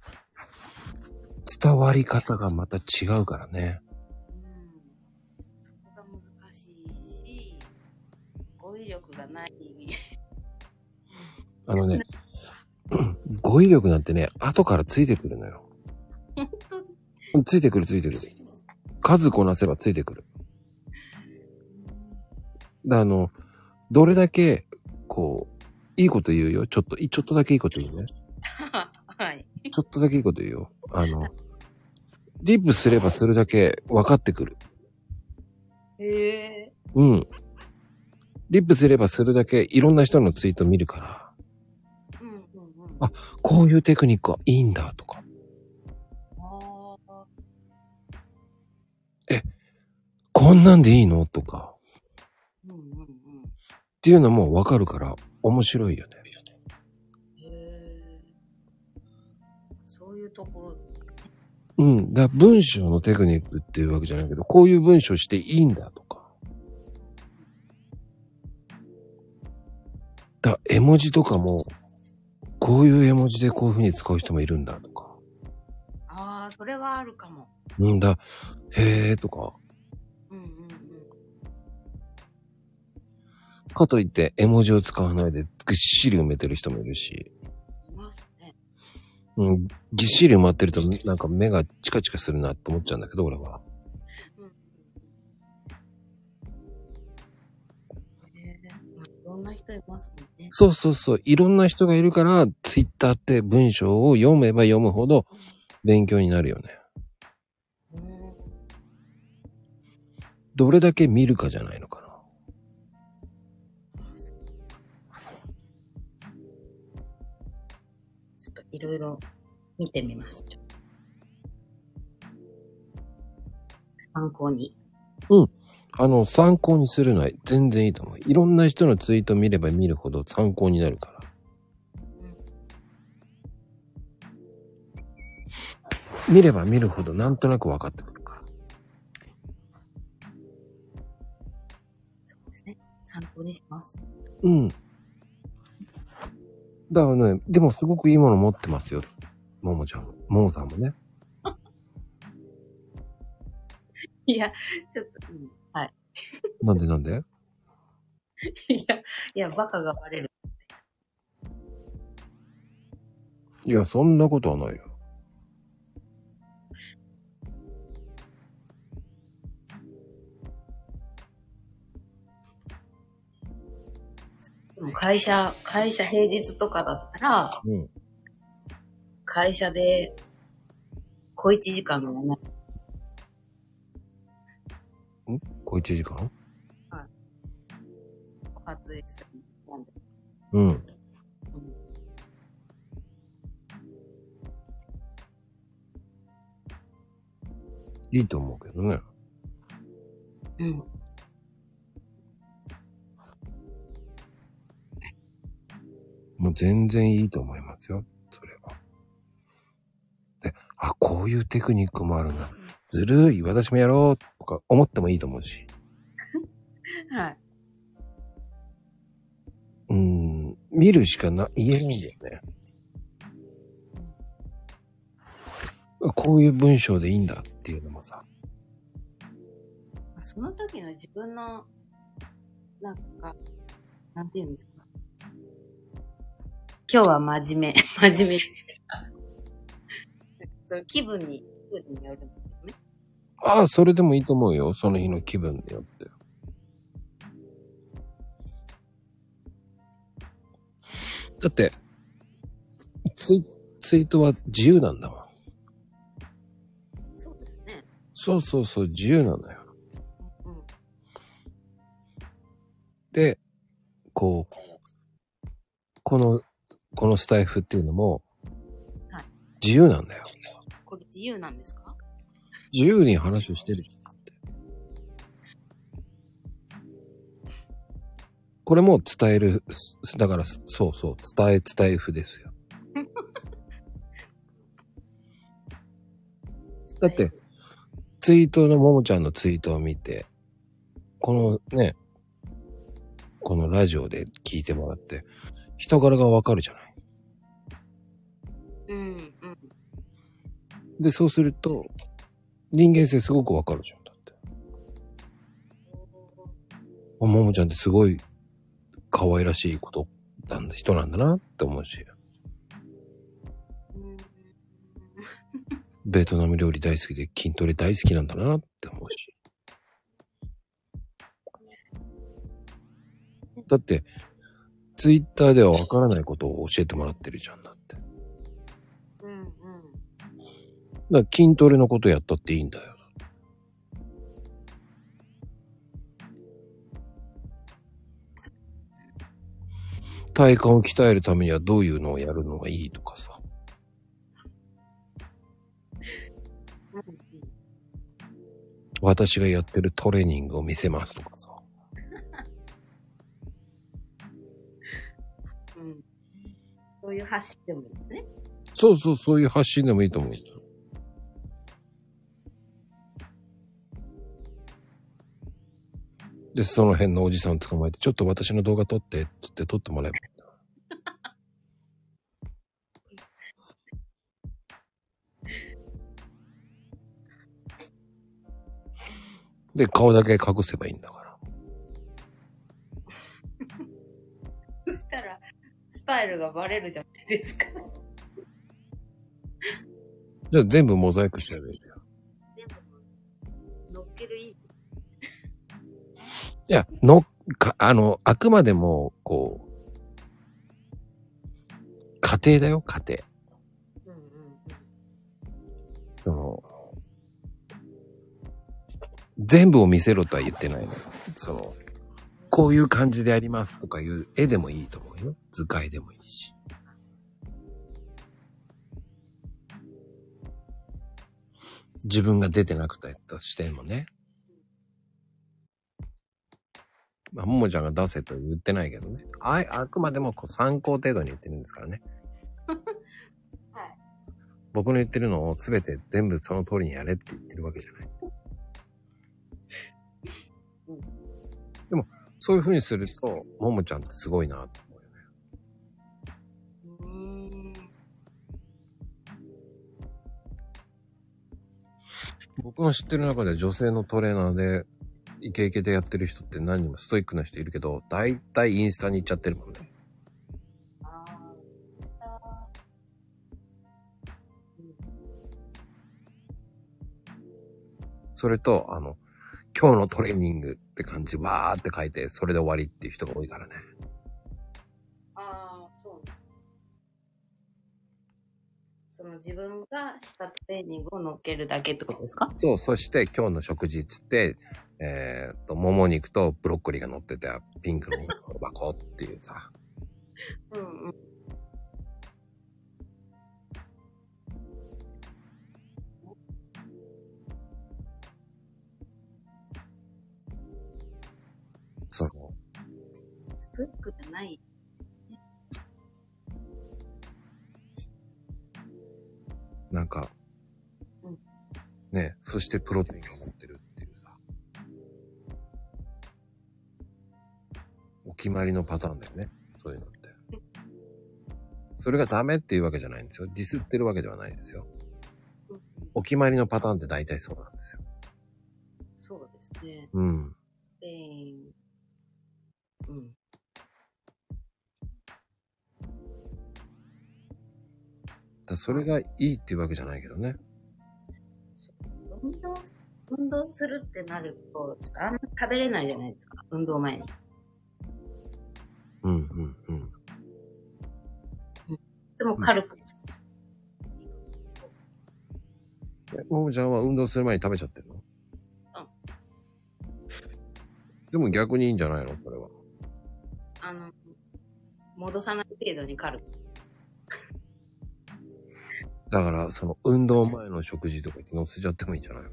S1: 伝わり方がまた違うからね。
S2: うん。そこが難しいし、語彙力がない。
S1: あのね、語彙力なんてね、後からついてくるのよ。
S2: 本当？
S1: ついてくるついてくる。数こなせばついてくる。だあの、どれだけ、こう、いいこと言うよ。ちょっと、ちょっとだけいいこと言うね。
S2: はい。
S1: ちょっとだけいいこと言うよ。あの、リップすればするだけ分かってくる。
S2: へえ。
S1: うん。リップすればするだけいろんな人のツイート見るから。うんうんうん。あ、こういうテクニックはいいんだとか。ああ。え、こんなんでいいのとか。うんうんうん。っていうのも分かるから面白いよね。へえ。
S2: そういうところ。
S1: うん。だから文章のテクニックっていうわけじゃないけど、こういう文章していいんだとか。だ絵文字とかも、こういう絵文字でこういう風に使う人もいるんだとか。
S2: ああ、それはあるかも。
S1: うんだ、へーとか。うんうんうん。かといって絵文字を使わないでぐっしり埋めてる人もいるし。いますね。うん、ぎっしり埋まってるとなんか目がチカチカするなって思っちゃうんだけど、俺は。うん。
S2: へー、まあ、いろんな人いますもんね。
S1: そうそうそう。いろんな人がいるから、ツイッターって文章を読めば読むほど勉強になるよね。うん、どれだけ見るかじゃないのかな。
S2: ちょっといろいろ見てみます。参考に。
S1: うん。あの、参考にするのは全然いいと思う。いろんな人のツイート見れば見るほど参考になるから。 見れば見るほどなんとなく分かってくるから。
S2: そうですね。参考にします。
S1: うん。だからね、でもすごくいいもの持ってますよ。ももちゃんも。ももさんもね。
S2: いや、ちょっと、うん、はい。
S1: なんでなんで
S2: いや、いや、バカがバレる。
S1: いや、そんなことはないよ。
S2: 会社、会社平日とかだったら、うん、会社で小一時間のね。
S1: ん小一時間？はい。
S2: 初エクセルなんで。
S1: うん。うん、いいと思うけどね。
S2: うん。
S1: もう全然いいと思いますよ、それは。で、あ、こういうテクニックもあるな。ずるい、私もやろうとか思ってもいいと思うし。
S2: はい。
S1: うーん、見るしかな、言えないんだよね。こういう文章でいいんだっていうのもさ。
S2: その時の自分の、なんか、なんていうんですか。今日は真面目、真面目。その気分に、気分によるんですよね。
S1: ああ、それでもいいと思うよ。その日の気分によって。だって、ツイ、ツイートは自由なんだもん。
S2: そうですね。
S1: そうそうそう、自由なんだよ。うん、で、こう、この、このスタイフっていうのも、はい、自由なんだよ。
S2: これ自由なんですか？
S1: 自由に話してる。これも伝える、だから、そうそう、伝え、伝えふですよ。だって、ツイートのももちゃんのツイートを見て、このね、このラジオで聞いてもらって、人柄がわかるじゃない。
S2: うん、うん。
S1: で、そうすると、人間性すごくわかるじゃん、だって。あ、ももちゃんってすごい可愛らしいことなんだ、人なんだなって思うし。ベトナム料理大好きで筋トレ大好きなんだなって思うし。だって、ツイッターではわからないことを教えてもらってるじゃんだって。
S2: うんうん。だ
S1: から筋トレのことやったっていいんだよ。体幹を鍛えるためにはどういうのをやるのがいいとかさ。私がやってるトレーニングを見せますとかさ。
S2: うん。そういう発信でもいいですね。
S1: そうそう、そういう発信でもいいと思う。で、その辺のおじさん捕まえて、ちょっと私の動画撮って、って言って撮ってもらえばいいんだ。で、顔だけ隠せばいいんだから。
S2: そしたら、スタイルがバレるじゃないですか。
S1: じゃあ全部モザイクしちゃえばいいんだよ。
S2: 全部、乗っけるいい。い
S1: や、の、か、あの、あくまでも、こう、家庭だよ、家庭。うんうんうん。その、全部を見せろとは言ってないのよ。その、こういう感じでやりますとかいう絵でもいいと思うよ。図解でもいいし。自分が出てなくてとしてもね。まあ、ももちゃんが出せと言ってないけどね。あ、あくまでもこう参考程度に言ってるんですからね。はい。 僕の言ってるのを全て全部その通りにやれって言ってるわけじゃない。うん、でも、そういう風にすると、ももちゃんってすごいなと思うよね。うーん。僕の知ってる中で女性のトレーナーで、イケイケでやってる人って何人もストイックな人いるけど、大体インスタに行っちゃってるもんね。それと、あの、今日のトレーニングって感じ、わーって書いて、それで終わりっていう人が多いからね。
S2: ああ、そう。その自分がしたトレーニングを乗っけるだけってことですか？
S1: そう、そして今日の食事っつって、えー、っと、もも肉とブロッコリーが乗ってて、ピンクの箱っていうさ。うんうん。そう。
S2: ストイックじゃない。
S1: なんか、うん、ね、そしてプロテインが持ってるっていうさ。お決まりのパターンだよね。そういうのって。それがダメっていうわけじゃないんですよ。ディスってるわけではないですよ。お決まりのパターンって大体そうなんですよ。
S2: そうですね。
S1: うん。プ
S2: ロテイン。うん。
S1: だそれがいいっていうわけじゃないけどね。
S2: 運動、運動するってなると、ちょっとあんま食べれないじゃないですか。運動前に。
S1: うんうんうん。い
S2: つも軽く。
S1: え、ももちゃんは運動する前に食べちゃってるの？うん。でも逆にいいんじゃないのそれは。
S2: あの、戻さない程度に軽く。
S1: だから、その、運動前の食事とか言って乗せちゃってもいいんじゃないの？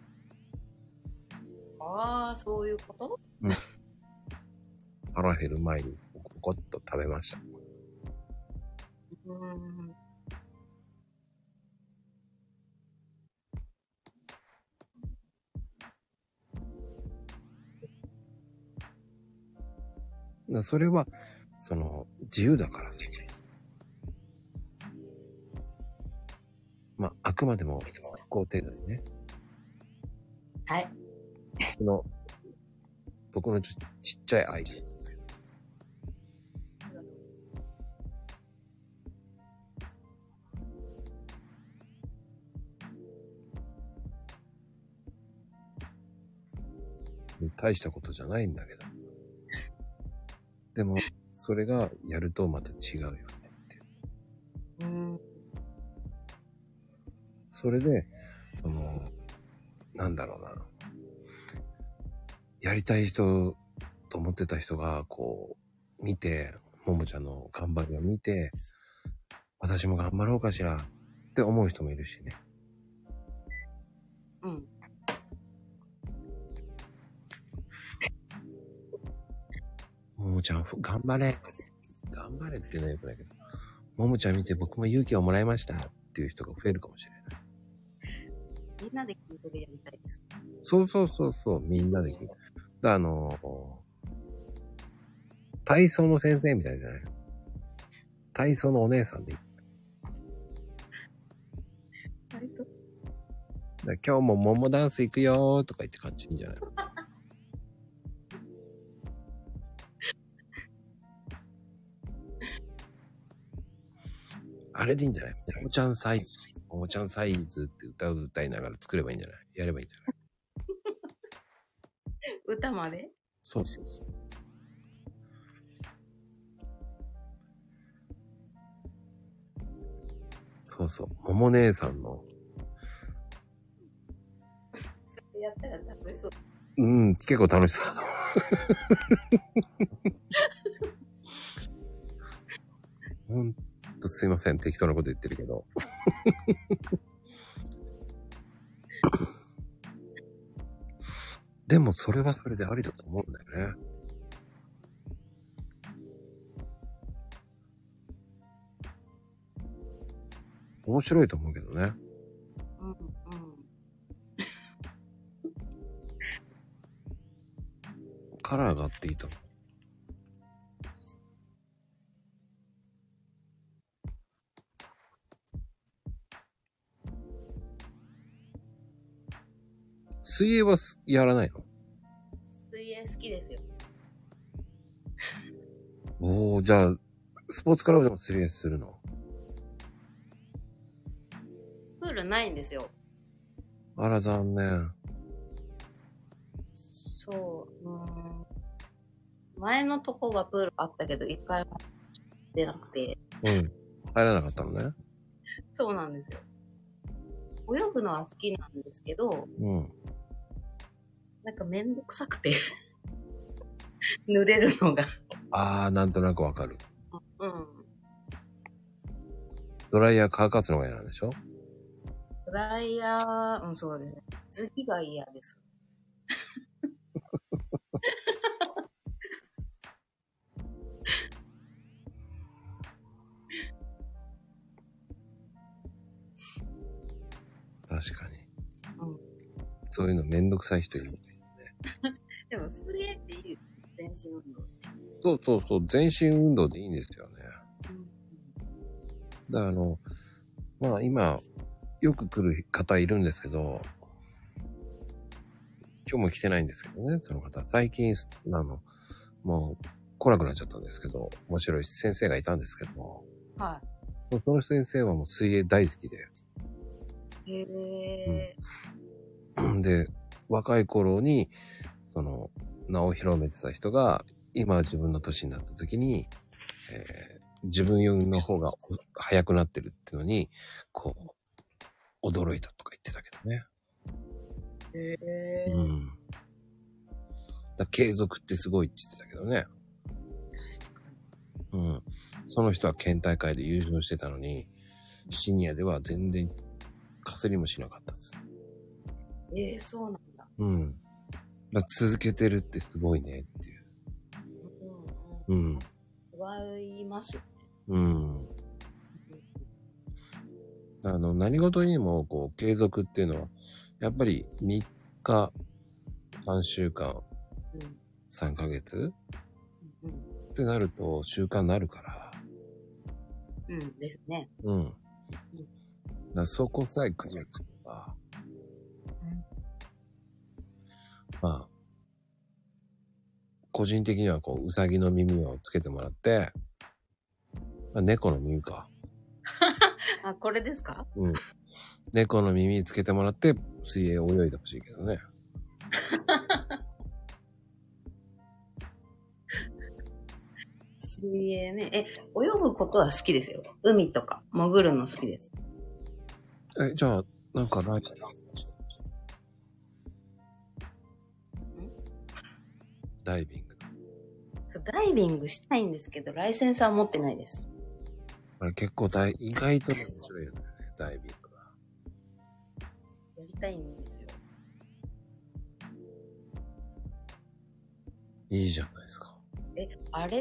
S2: ああ、そういうこと？うん。
S1: 腹減る前に、ポコポコっと食べました。うーん。だそれは、その、自由だからさ。まあ、あくまでも参考程度にね。
S2: はい。
S1: この、僕のち, ちっちゃいアイデアなんですけど。大したことじゃないんだけど。でも、それがやるとまた違うよねっていう。うん。それで、その、なんだろうな。やりたい人と思ってた人が、こう、見て、ももちゃんの頑張りを見て、私も頑張ろうかしらって思う人もいるしね。うん。ももちゃん、頑張れ。頑張れっていうのはよくないけど、ももちゃん見て僕も勇気をもらいましたっていう人が増えるかもしれない。
S2: みんなで筋トレやりたいです。
S1: そうそうそうそう、みんなで筋トレ。だあのー、体操の先生みたいじゃない？体操のお姉さんでいい。体操？だ今日もモモダンス行くよーとか言って感じいいんじゃない？あれでいいんじゃない？ももちゃんサイズ、ももちゃんサイズって歌う歌いながら作ればいいんじゃない？やればいいんじゃない？
S2: 歌まで？
S1: そうそうそう。そうそう。もも姉さんの。
S2: それやったら楽しそう。
S1: うん、結構楽しそう。ほんとすいません。適当なこと言ってるけど。でもそれはそれでありだと思うんだよね。 面白いと思うけどね。
S2: うんうん。
S1: カラーがあっていいと思う。水泳はやらないの？
S2: 水泳好きですよ。
S1: おー、じゃあ、スポーツクラブでも水泳するの？
S2: プールないんですよ。
S1: あら、残念。
S2: そう。うん、前のとこがプールあったけど、一回も出なくて。
S1: うん。入らなかったのね。
S2: そうなんですよ。泳ぐのは好きなんですけど、
S1: うん。
S2: なんかめんどくさくて濡れるのが
S1: あー、なんとなくわかる。
S2: うん。
S1: ドライヤー乾かすのが嫌なんでしょ？
S2: ドライヤー、うん、そうですね。次が嫌です。
S1: 確かに。
S2: うん。
S1: そういうのめんどくさい人いる。
S2: でも、水泳っていい全身運動。
S1: そうそうそう、全身運動でいいんですよね。
S2: うん。
S1: だからあの、まあ今、よく来る方いるんですけど、今日も来てないんですけどね、その方。最近、あの、もう来なくなっちゃったんですけど、面白い先生がいたんですけど、
S2: は
S1: その先生はもう水泳大好きで。
S2: い。へー。
S1: うん、で、若い頃に、その、名を広めてた人が、今自分の年になった時に、えー、自分の方が早くなってるっていうのに、こう、驚いたとか言ってたけどね。
S2: へー。
S1: うん。だ継続ってすごいって言ってたけどね。うん。その人は県大会で優勝してたのに、シニアでは全然かすりもしなかったです。
S2: えー、そうなんだ。
S1: うん。だ続けてるってすごいねっていう。うん。うん。
S2: 祝いますよね。
S1: うん。あの、何事にも、こう、継続っていうのは、やっぱりみっか、さんしゅうかん、うん、さんかげつ、うん、ってなると習慣になるから。
S2: うんですね。
S1: うん。うん、だそこさえクリアすれば、うん、まあ、個人的にはこう、うさぎの耳をつけてもらって、まあ、猫の耳か。
S2: あ、これですか？
S1: うん。猫の耳つけてもらって、水泳を泳いでほしいけどね。
S2: 水泳ね。え、泳ぐことは好きですよ。海とか、潜るの好きです。
S1: え、じゃあ、なんかライターダイビング。
S2: そう、ダイビングしたいんですけど、ライセンスは持ってないです。
S1: あれ結構大、意外と面白いよね、ダイビングは。
S2: やりたいんですよ。
S1: いいじゃないですか。
S2: え、あれって、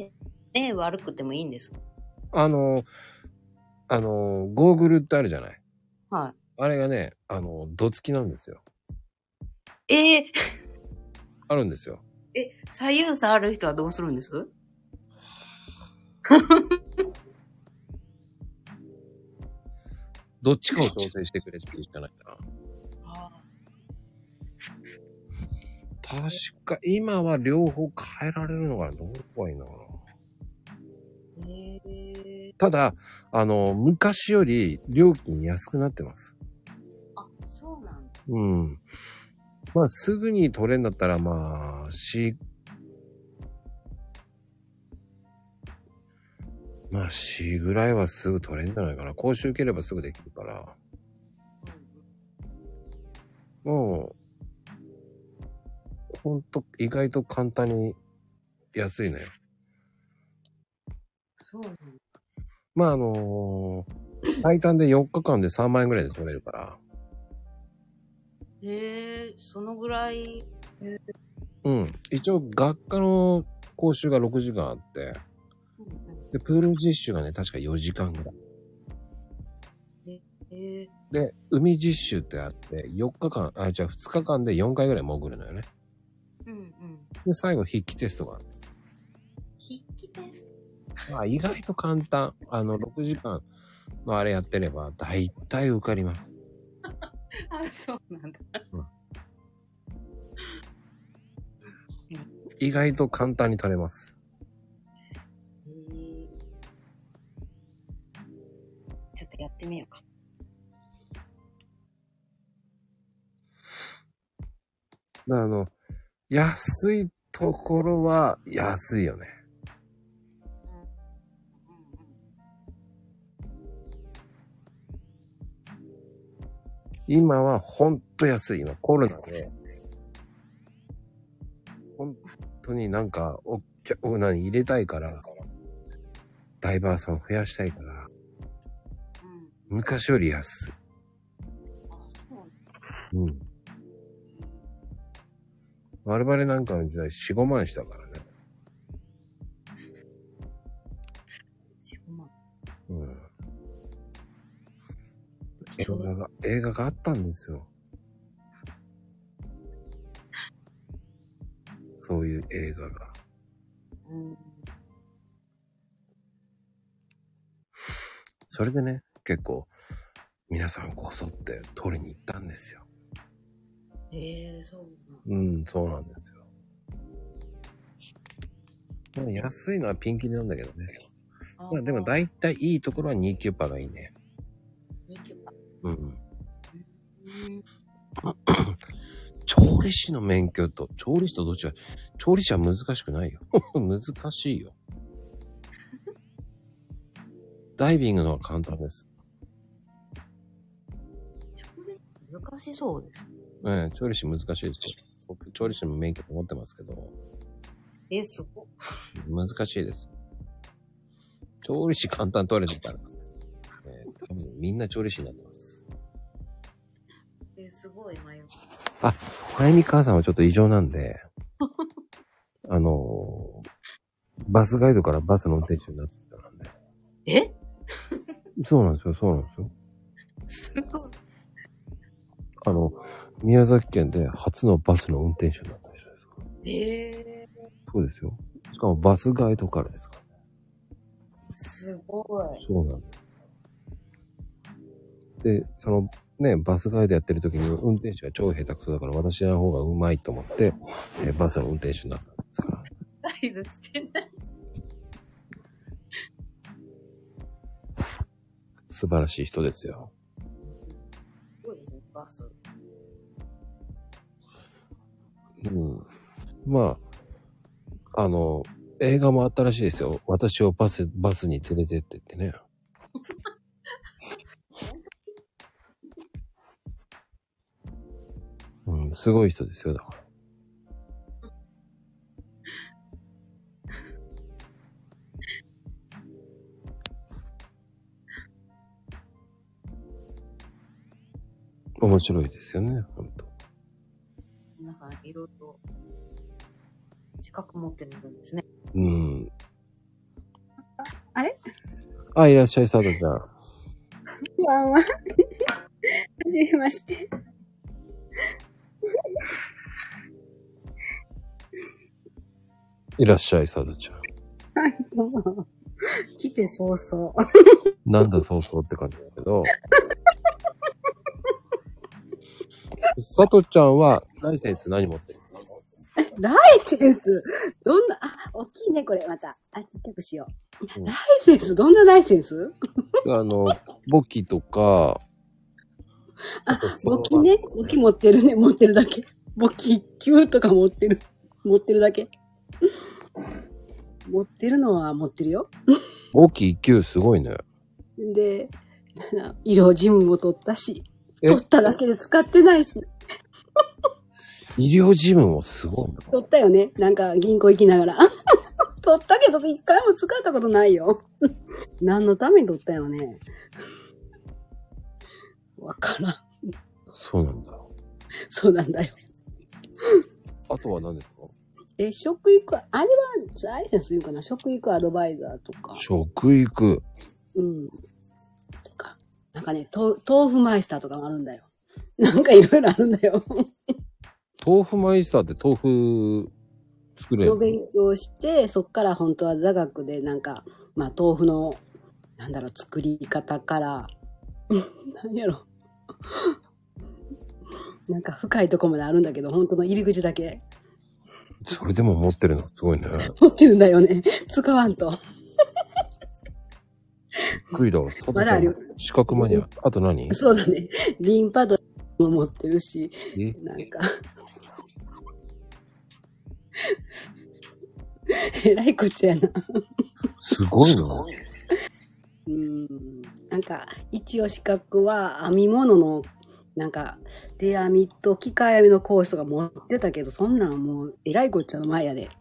S2: 目悪くてもいいんですか？
S1: あの、あの、ゴーグルってあるじゃない。
S2: はい。
S1: あれがね、あの、どつきなんですよ。
S2: えー、
S1: あるんですよ。
S2: え、左右差ある人はどうするんです？
S1: どっちかを調整してくれって言うしかないかな。あ、確か、今は両方変えられるのかな。どこがいいんだろうな。へー。ただ、あの、昔より料金安くなってます。
S2: あ、そうなんだ。
S1: うん。まあ、すぐに取れんだったら、まあ、し、まあ、しぐらいはすぐ取れんじゃないかな。講習受ければすぐできるから。うん、もう、ほんと、意外と簡単に安いのよ。
S2: そうなんだ。
S1: まあ、あのー、最短でよっかかんでさんまんえんぐらいで取れるから。
S2: へえ、そのぐらい。へ
S1: うん。一応、学科の講習がろくじかんあって、うんうん、で、プール実習がね、確かよじかんぐらい。 で、海実習ってあって、よっかかん、あ、じゃあふつかかんでよんかいぐらい潜るのよね。
S2: うんうん。
S1: で、最後筆記テストがある。
S2: 筆記テス
S1: トあ、意外と簡単。あの、ろくじかんのあれやってれば、だいたい受かります。
S2: あ、そうなんだ。うん、
S1: 意外と簡単に取れます。
S2: へー、ちょっとやってみようか。
S1: あの、安いところは安いよね。今はほんと安い。今コロナで、本当になんかお客何入れたいから、ダイバーさん増やしたいから、うん、昔より安い。うん。我々なんかの時代よん、ごまんしたからね。
S2: よん、ごまん。
S1: うん。映画が、映画があったんですよ。そういう映画が。うん、それでね、結構、皆さんこそって撮りに行ったんですよ。
S2: ええー、そう
S1: なん。うん、そうなんですよ。まあ、安いのはピンキリなんだけどね。まあでも大体いいところはにキュッパがいいね。
S2: にキュッパ。
S1: うん。うん、調理師の免許と、調理師とどっちが、調理師は難しくないよ。難しいよ。ダイビングの方が簡単です。
S2: 調理師難しそうです。
S1: ねえ、調理師難しいですよ。僕、調理師の免許持ってますけど。
S2: え、すご。
S1: 難しいです。調理師簡単取れてたら、ね、多分みんな調理師になってます。
S2: え、すごい迷う。
S1: あ、まゆみ母さんはちょっと異常なんで、あのー、バスガイドからバスの運転手になってたなんで。
S2: え
S1: そうなんですよ、そうなんですよ。
S2: すごい。
S1: あの、宮崎県で初のバスの運転手になった人ですから。
S2: え
S1: ー、そうですよ。しかもバスガイドからですからね。
S2: すごい。
S1: そうなんです。で、そのね、バスガイドやってる時に運転手が超下手くそだから私の方がうまいと思って、えバスの運転手になったんですから。
S2: ガイドしてない。
S1: 素晴らしい人ですよ。
S2: すごいですね、バス。
S1: うん。まあ、あの、映画もあったらしいですよ。私をバス、バスに連れてってってね。うん、すごい人ですよ、だから。面白いですよね、ほんと。
S2: 皆さん、いろいろ資格持ってるんですね。
S1: うん。
S2: あれ
S1: あ、いらっしゃい、サドちゃん。
S2: こんばんは。はじめまして。
S1: いらっしゃい、サドちゃん。
S2: はい、どうも。来て早々。
S1: なんだ早々って感じだけど。サトちゃんはライセンス何持ってる
S2: の？ライセンスどんな、あ、大きいね、これ、また。あ、ちっちゃくしよう。うん、ライセンスどんなライセンス
S1: あの、簿記とか。
S2: あ、簿記ね。簿記持ってるね、持ってるだけ。簿記いっきゅうとか持ってる。持ってるだけ。持ってるのは持ってるよ。
S1: 簿記いっきゅうすごいね。
S2: で、医療事務も取ったし。取っただけで使ってないし。
S1: 医療事務もすごいな。
S2: 取ったよね。なんか銀行行きながら。取ったけど一回も使ったことないよ。何のために取ったよね。わからん。
S1: そうなんだ。
S2: そうなんだよ。
S1: あとは何ですか？
S2: え、食育、あれは、あれでするかな、食育アドバイザーとか。
S1: 食育。
S2: うん。とか。
S3: なんかね、と豆腐マイスターとかもあるんだよ。なんかいろいろあるんだよ。
S1: 豆腐マイスターって豆腐作れるの？
S3: の勉強して、そっから本当は座学でなんか、まあ豆腐の、なんだろう、作り方から、なんやろ。なんか深いとこまであるんだけど、本当の入り口だけ。
S1: それでも持ってるのすごいね。
S3: 持ってるんだよね。使わんと。
S1: びっくりだわ。佐藤ちゃん、資格マニア。あと何？
S3: そうだね。リンパドも持ってるし、なんか。えらいこっちゃやな。
S1: すごいな。
S3: うん。なんか、一応資格は編み物の、なんか、手編みと機械編みの講師とか持ってたけど、そんなんもう、えらいこっちゃの前やで。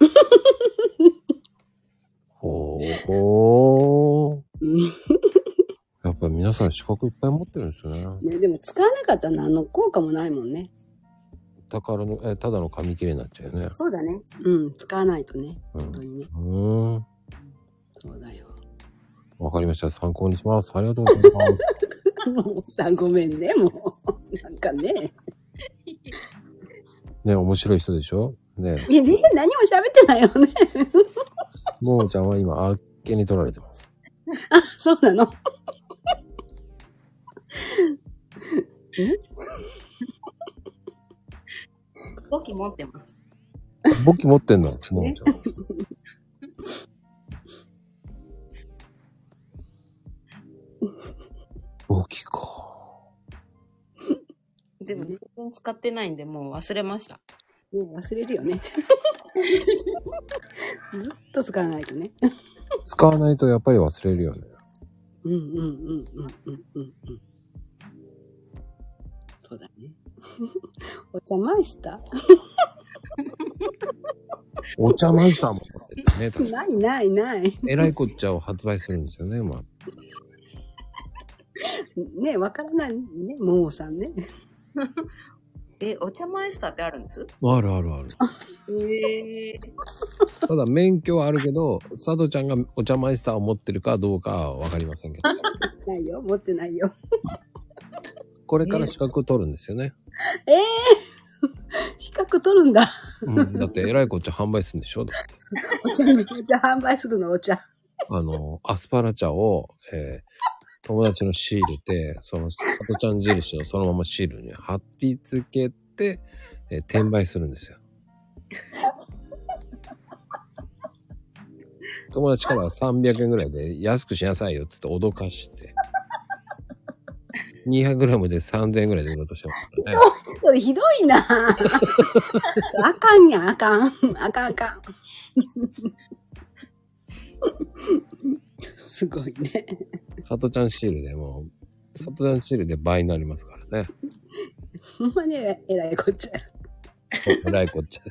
S1: ほーほー。
S3: うん
S1: やっぱり皆さん資格いっぱい持ってるんですよね。
S3: ね、でも使わなかったら何の効果もないもんね。
S1: 宝の、え、ただの紙切れになっちゃうよね。
S3: そうだね。うん、使わないとね。本当にね。
S1: うん。うん。
S3: そうだよ。
S1: わかりました。参考にします。ありがとうございます。
S3: もうさ、ごめんね、もう。なんかね。
S1: ね、面白い人でしょね。
S3: いや、ね、何も喋ってないよね。
S1: ももちゃんは今、あっけに取られてます。
S3: あ、そうなの。ん
S2: 簿記持ってます。
S1: 簿記持ってんだ、ももちゃん。簿記か。
S2: でも全然使ってないんで、もう忘れました。
S3: ね、忘れるよね。ずっと使わないとね。
S1: 使わないとやっぱり忘れるよね。
S3: うんうんうんうんうんうんうん。そうだね。お茶マイスター
S1: お茶マイスターも持ってるね。
S3: ないないない。
S1: えらいこっちゃを発売するんですよね、まあ。
S3: ね、わからないね、ももさんね。
S2: え、お茶マイスターってあるんです？
S1: あるあるある。
S2: へえー。
S1: ただ免許はあるけど、佐藤ちゃんがお茶マイスターを持ってるかどうかはわかりませんけど。
S3: ないよ、持ってないよ。
S1: これから資格を取るんですよね。
S3: ええー、資格取るんだ。
S1: うん、だってえらいこっちゃ販売するんでしょだって。
S3: お茶、お茶販売するの、お茶。
S1: あの、アスパラ茶を、えー、友達のシールで、その、佐藤ちゃん印をそのままシールに貼り付けて、えー、転売するんですよ。友達からさんびゃくえんぐらいで安くしなさいよっつって脅かして、にひゃくグラムでさんぜんえんぐらいで売ろうとしてますからね。
S3: それひどいな。あかんやん、あかん。あかんあかん。すごいね。
S1: 佐藤ちゃんシールでもう、佐藤ちゃんシールで倍になりますからね。
S3: ほんまにえらいこっちゃ。
S1: えらいこっちゃです。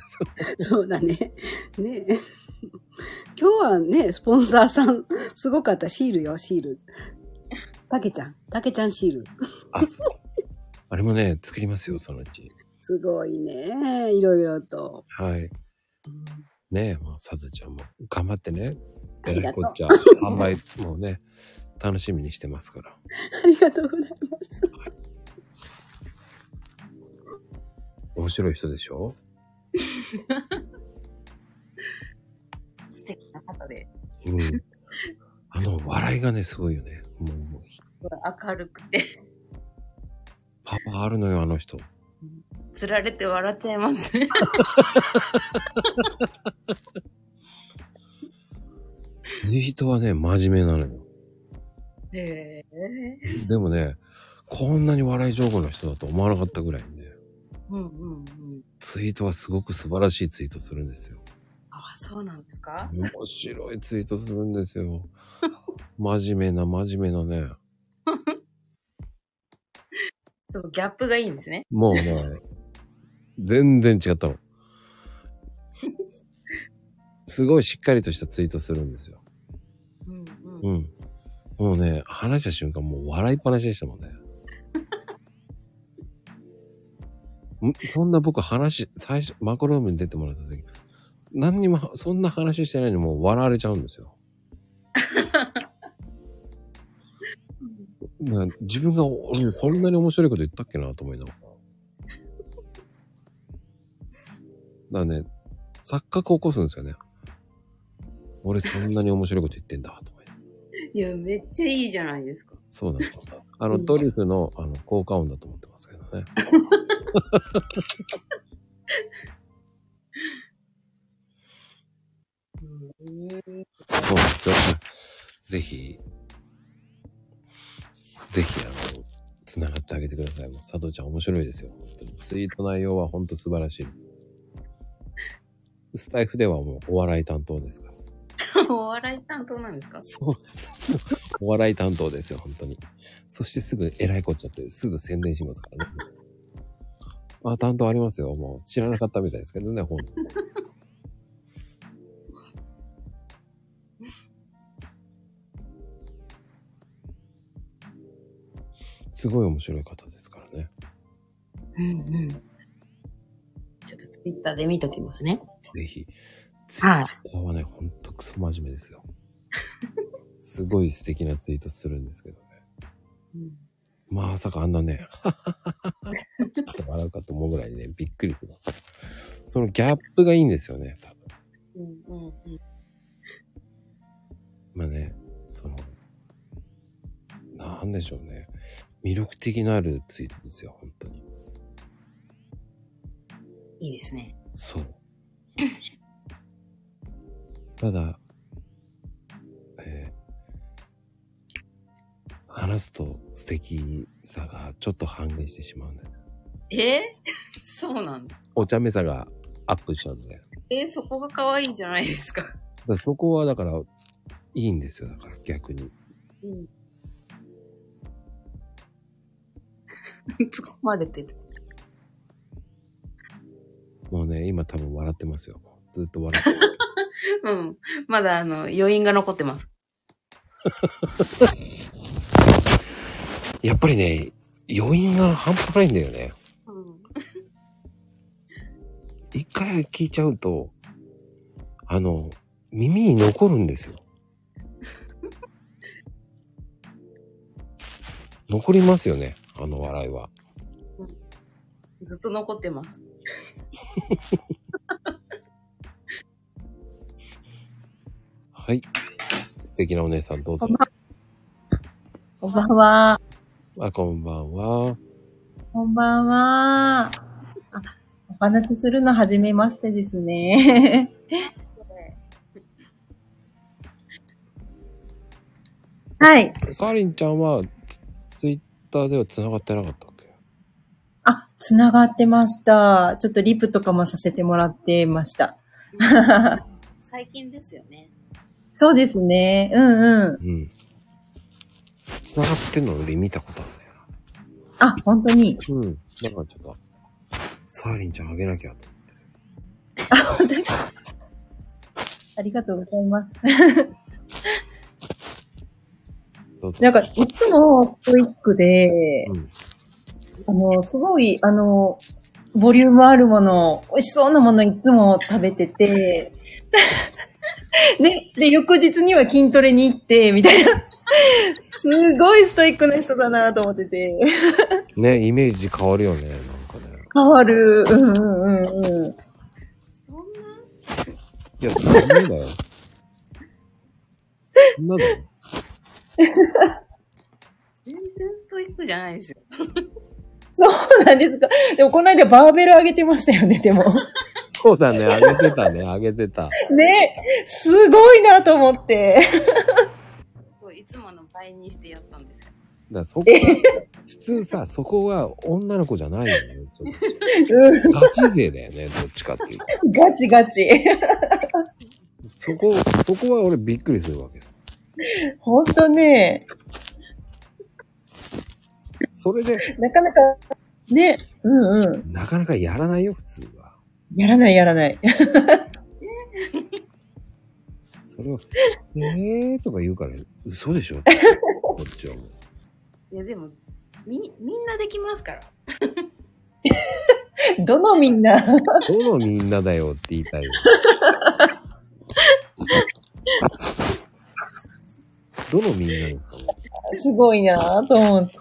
S3: そうだね。ねえ。今日はね、スポンサーさん、すごかった。シールよ、シール。たけちゃん。たけちゃんシール。
S1: あ、あれもね、作りますよ、そのうち。
S3: すごいね。いろいろと。
S1: はい。ねえ、もう、さずちゃんも頑張ってね。
S3: ありがとう。
S1: えらいこっちゃ、販売もね、楽しみにしてますから。
S3: ありがとうございます。
S1: 面白い人でしょ？
S2: 素敵な方で。
S1: うん。あの、笑いがね、すごいよね。もう、もう
S2: 明るくて。
S1: パワーあるのよ、あの人。
S2: つられて笑っちゃいますね。
S1: ツイートはね、真面目なのよ。
S2: へえ。
S1: でもね、こんなに笑い上手な人だと思わなかったぐらいね。
S2: うんうんうん。
S1: ツイートはすごく素晴らしいツイートするんですよ。
S2: あ、そうなんですか？
S1: 面白いツイートするんですよ。真面目な真面目なね。
S2: そう、ギャップがいいんですね。
S1: もうね、全然違ったの。すごいしっかりとしたツイートするんですよ。
S2: うんうん。
S1: うん。もうね、話した瞬間もう笑いっぱなしでしたもんね。そんな僕話、最初、マコルームに出てもらった時、何にも、そんな話してないのにもう笑われちゃうんですよ。 な自分が俺そんなに面白いこと言ったっけなと思いながら。だからね、錯覚を起こすんですよね。俺そんなに面白いこと言ってんだと思いながら。
S2: いや、めっちゃいいじゃないですか。
S1: そうなんですよ。あの、トリュフの、あの、効果音だと思ってますけどね。そうなんですよ。ぜひ、ぜひ、あの、つながってあげてください。もう、佐藤ちゃん面白いですよ。本当にツイート内容は本当素晴らしいです。スタイフではもうお笑い担当ですから。
S2: お笑い担当なんですか？
S1: そう。お笑い担当ですよ、本当に。そしてすぐ偉いこっちゃって、すぐ宣伝しますからね。あ、担当ありますよ。もう知らなかったみたいですけどね、本当に。すごい面白い方ですからね。
S2: うんうん。ちょっとツイッターで見ときますね。
S1: ぜひ。
S2: はい。
S1: ツイッターはね、ほんとクソ真面目ですよ。すごい素敵なツイートするんですけどね。うん、まさかあんなね、ははははって笑うかと思うぐらいね、びっくりするんですよ。そのギャップがいいんですよね、多分。うんうんうん。まあね、その、なんでしょうね。魅力的なあるツイートですよ、本当に。
S2: いいですね。
S1: そう。ただ、えー、話すと素敵さがちょっと半減してしまうんだよね。
S2: えー、そうなんですか？
S1: お茶目さがアップしちゃうんで。
S2: えー、そこが可愛いじゃないですか。
S1: だからそこはだからいいんですよ、だから逆に。うん。
S2: 突っ込まれてる。
S1: もうね、今多分笑ってますよ。ずっと笑ってる。
S2: うん。まだあの、余韻が残ってます。
S1: やっぱりね、余韻が半端ないんだよね。うん。一回聞いちゃうと、あの、耳に残るんですよ。残りますよね、あの笑いは。
S2: うん、ずっと残ってます。
S1: はい。素敵なお姉さんどうぞ。
S4: こんばんは。
S1: あ、こんばんは。
S4: こんばんは。あ、お話しするのはじめましてですね。はい。
S1: サーリンちゃんはツイッターでは繋がってなかったっけ？
S4: あ、繋がってました。ちょっとリプとかもさせてもらってました。
S2: 最近ですよね。
S4: そうですね。うんうん。うん。
S1: 繋がってんの俺見たことあるんだよ
S4: な。あ、本当に。
S1: うん。なんかちょっと、サーリンちゃんあげなきゃと思って。
S4: あ、本当に。ありがとうございます。なんか、いつもストイックで、うん、あの、すごい、あの、ボリュームあるもの、美味しそうなものいつも食べてて、ね、で、翌日には筋トレに行って、みたいな。すごいストイックな人だなと思ってて。
S1: ね、イメージ変わるよね、なんかね。
S4: 変わる。うんうんうんうん。
S2: そんな？
S1: いや、そんなだよ。そんなだよ。
S2: 全然ストイックじゃないですよ。
S4: そうなんですか。でもこの間バーベル上げてましたよね、でも。
S1: そうだね、上げてたね、上げてた。
S4: ね、すごいなと思って。
S2: いつもの倍にしてやったんですよ。
S1: だからそこは、普通さ、そこは女の子じゃないよね。ちょっとガチ勢だよね、どっちかっていうと。
S4: ガチガチ。
S1: そこ、そこは俺びっくりするわけ。
S4: ほんとね。
S1: それで。
S4: なかなか、ね、うんうん。
S1: なかなかやらないよ、普通は。
S4: やらないやらない。
S1: それを、えーとか言うから、嘘でしょこっちはもう。
S2: いや、でも、み、みんなできますから。
S4: どのみんな
S1: どのみんなだよって言いたいよ。どのみんなですかね。
S4: すごいなぁと思って。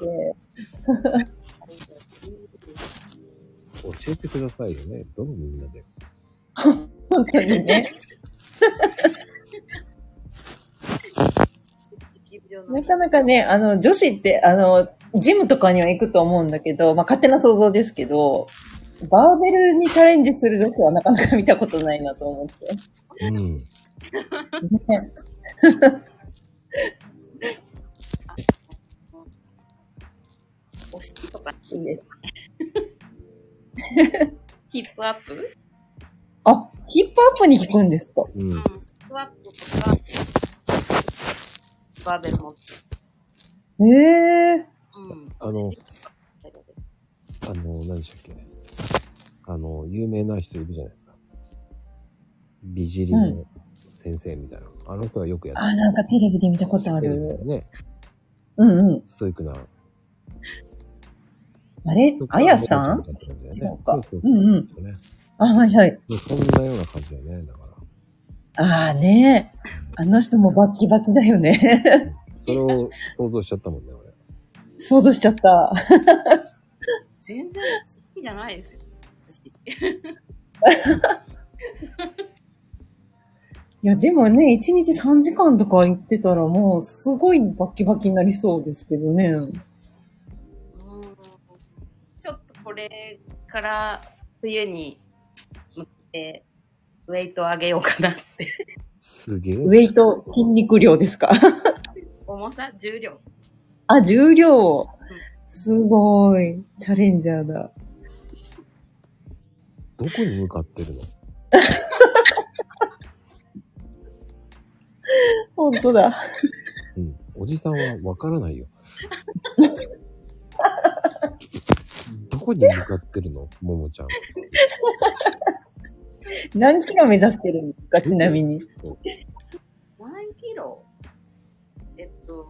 S1: 教えてくださいよね。どうみんなで。
S4: 本当にね。なかなかね、あの、女子って、あの、ジムとかには行くと思うんだけど、まあ、勝手な想像ですけど、バーベルにチャレンジする女子はなかなか見たことないなと思って。うん。ね、
S2: お尻とかいいです。ヒップアップ？
S4: あ、ヒップアップに効くんですか？
S2: うん。ヒップアップとか、バーベル持って。
S4: ええー。うん。
S1: あの、あの、何でしたっけ？あの、有名な人いるじゃないですか。美尻の先生みたいな。うん、あの人はよくやってる。
S4: あ、なんかテレビで見たことある。
S1: ね。
S4: うんうん。
S1: ストイックな。
S4: あれあやさん、ね、違うか。そうそうそう。うんうん。あ、はいはい。
S1: そんなような感じだよね、だから。
S4: ああね。あの人もバッキバキだよね。
S1: それを想像しちゃったもんね、俺。
S4: 想像しちゃった。
S2: 全然好きじゃないですよ。
S4: いや、でもね、いちにちさんじかんとか行ってたらもう、すごいバッキバキになりそうですけどね。うん。
S2: ちょっとこれから冬に向けて、ウェイト上げようかなって。
S1: すげえ。
S4: ウェイト筋肉量ですか？
S2: 重さ重量。
S4: あ、重量。すごい。チャレンジャーだ。
S1: どこに向かってるの？
S4: 本当だ。
S1: うん。おじさんはわからないよ。どこに向かってるの？ももちゃん。
S4: 何キロ目指してるんですか？ちなみに。そう
S2: 何キロ？えっと、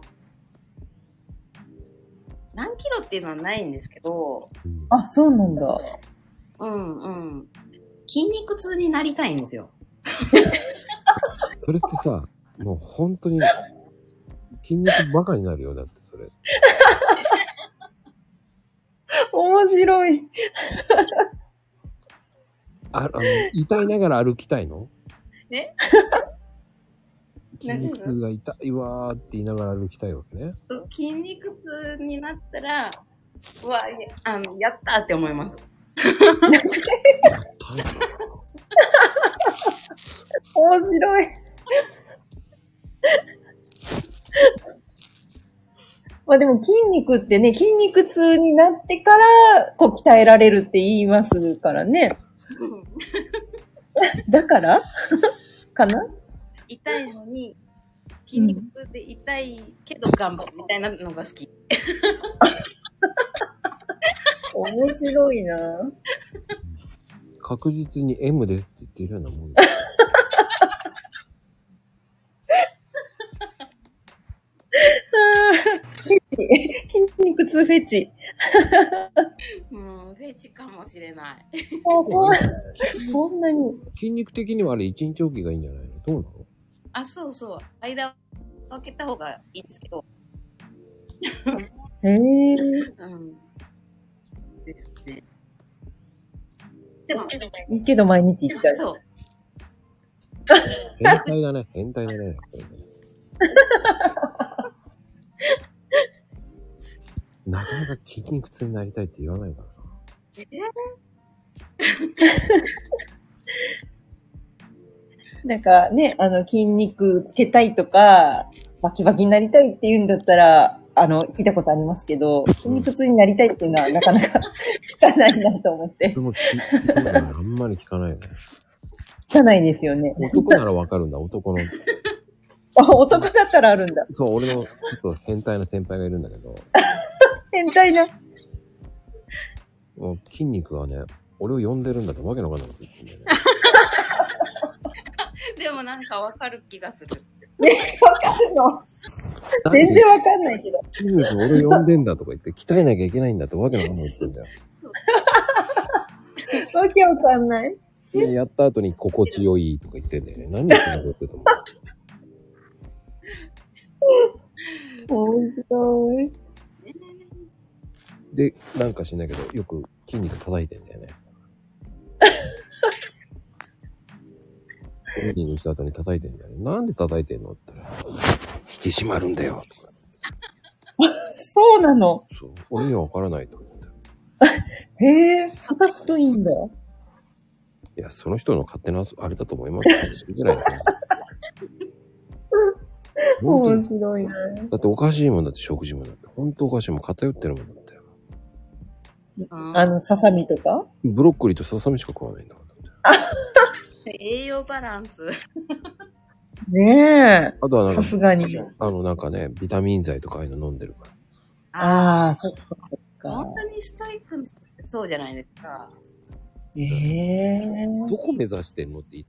S2: 何キロっていうのはないんですけど。
S4: うん、あ、そうなんだ。
S2: うんうん。筋肉痛になりたいんですよ。
S1: それってさ、もう本当に筋肉バカになるよ、だってそれ。
S4: 面白い。
S1: あ、あの、痛いながら歩きたいの？
S2: え？
S1: 筋肉痛が痛いわーって言いながら歩きたいわけね。
S2: 筋肉痛になったら、うわ、あの、やったって思います。
S1: やったんだ。
S4: 面白い。まあでも筋肉ってね、筋肉痛になってから、こう鍛えられるって言いますからね。だからかな？
S2: 痛いのに、筋肉痛で痛いけど頑張るみたいなのが好き。
S4: 面白いな。
S1: 確実に エム ですって言ってるようなもん。
S4: フェチ。筋肉痛フェチ。
S2: うん、フェチかもしれない。
S4: そんなに。
S1: 筋肉的にはあれ一日おきがいいんじゃないの？どうなの？
S2: あ、そうそう。間を空けた方がいいんですけど。
S4: へえー。
S2: うん。ですね。でも、
S4: いいけど毎日行っちゃう。
S2: そう。
S1: 変態だね。変態だね。なかなか筋肉痛になりたいって言わないからな。え
S4: なんかね、あの、筋肉つけたいとか、バキバキになりたいって言うんだったら、あの、聞いたことありますけど、筋肉痛になりたいっていうのはなかなか聞かないなと思って。
S1: でも聞かない、あんまり聞かないよね。
S4: 聞かないですよね。
S1: 男ならわかるんだ、男の。
S4: あ、男だったらあるんだ。
S1: そう、俺のちょっと変態な先輩がいるんだけど。
S4: 変態な。
S1: もう筋肉がね、俺を呼んでるんだってわけのわかんないこと言ってんだよね。
S2: でもなんかわかる気がする。
S4: ね、わかるの？全然わかんないけど。
S1: 筋肉俺を呼んでんだとか言って、鍛えなきゃいけないんだってわけのわかんない言ってんだよ。
S4: わけわかんない。
S1: で、やった後に心地よいとか言ってんだよね。何言ってんだろうってと思
S4: 面白い。
S1: で、なんか知んないけど、よく筋肉叩いてんだよね。トレーニングした後に叩いてんだよね。なんで叩いてんのって言ったら、引き締まるんだよ。
S4: そうなの。
S1: そう。俺にはわからないと思って。
S4: へえ、叩くといいんだ。
S1: いや、その人の勝手なあれだと思いますけど、そうじゃないですか。
S4: 面白いね。
S1: だっておかしいもんだって食事もだって。ほんとおかしいもん。偏ってるもんだって。
S4: あの、ささみとか
S1: ブロッコリーとささみしか食わないんだもん。
S2: 栄養バランス。
S4: ねえ。
S1: あとはなんか、
S4: さすがに。
S1: あのなんかね、ビタミン剤とかああいうの飲んでるから。
S4: ああ、そっかそっか。
S2: 本当にストイックそうじゃないですか。
S4: ええー。
S1: どこ目指してんのって言って。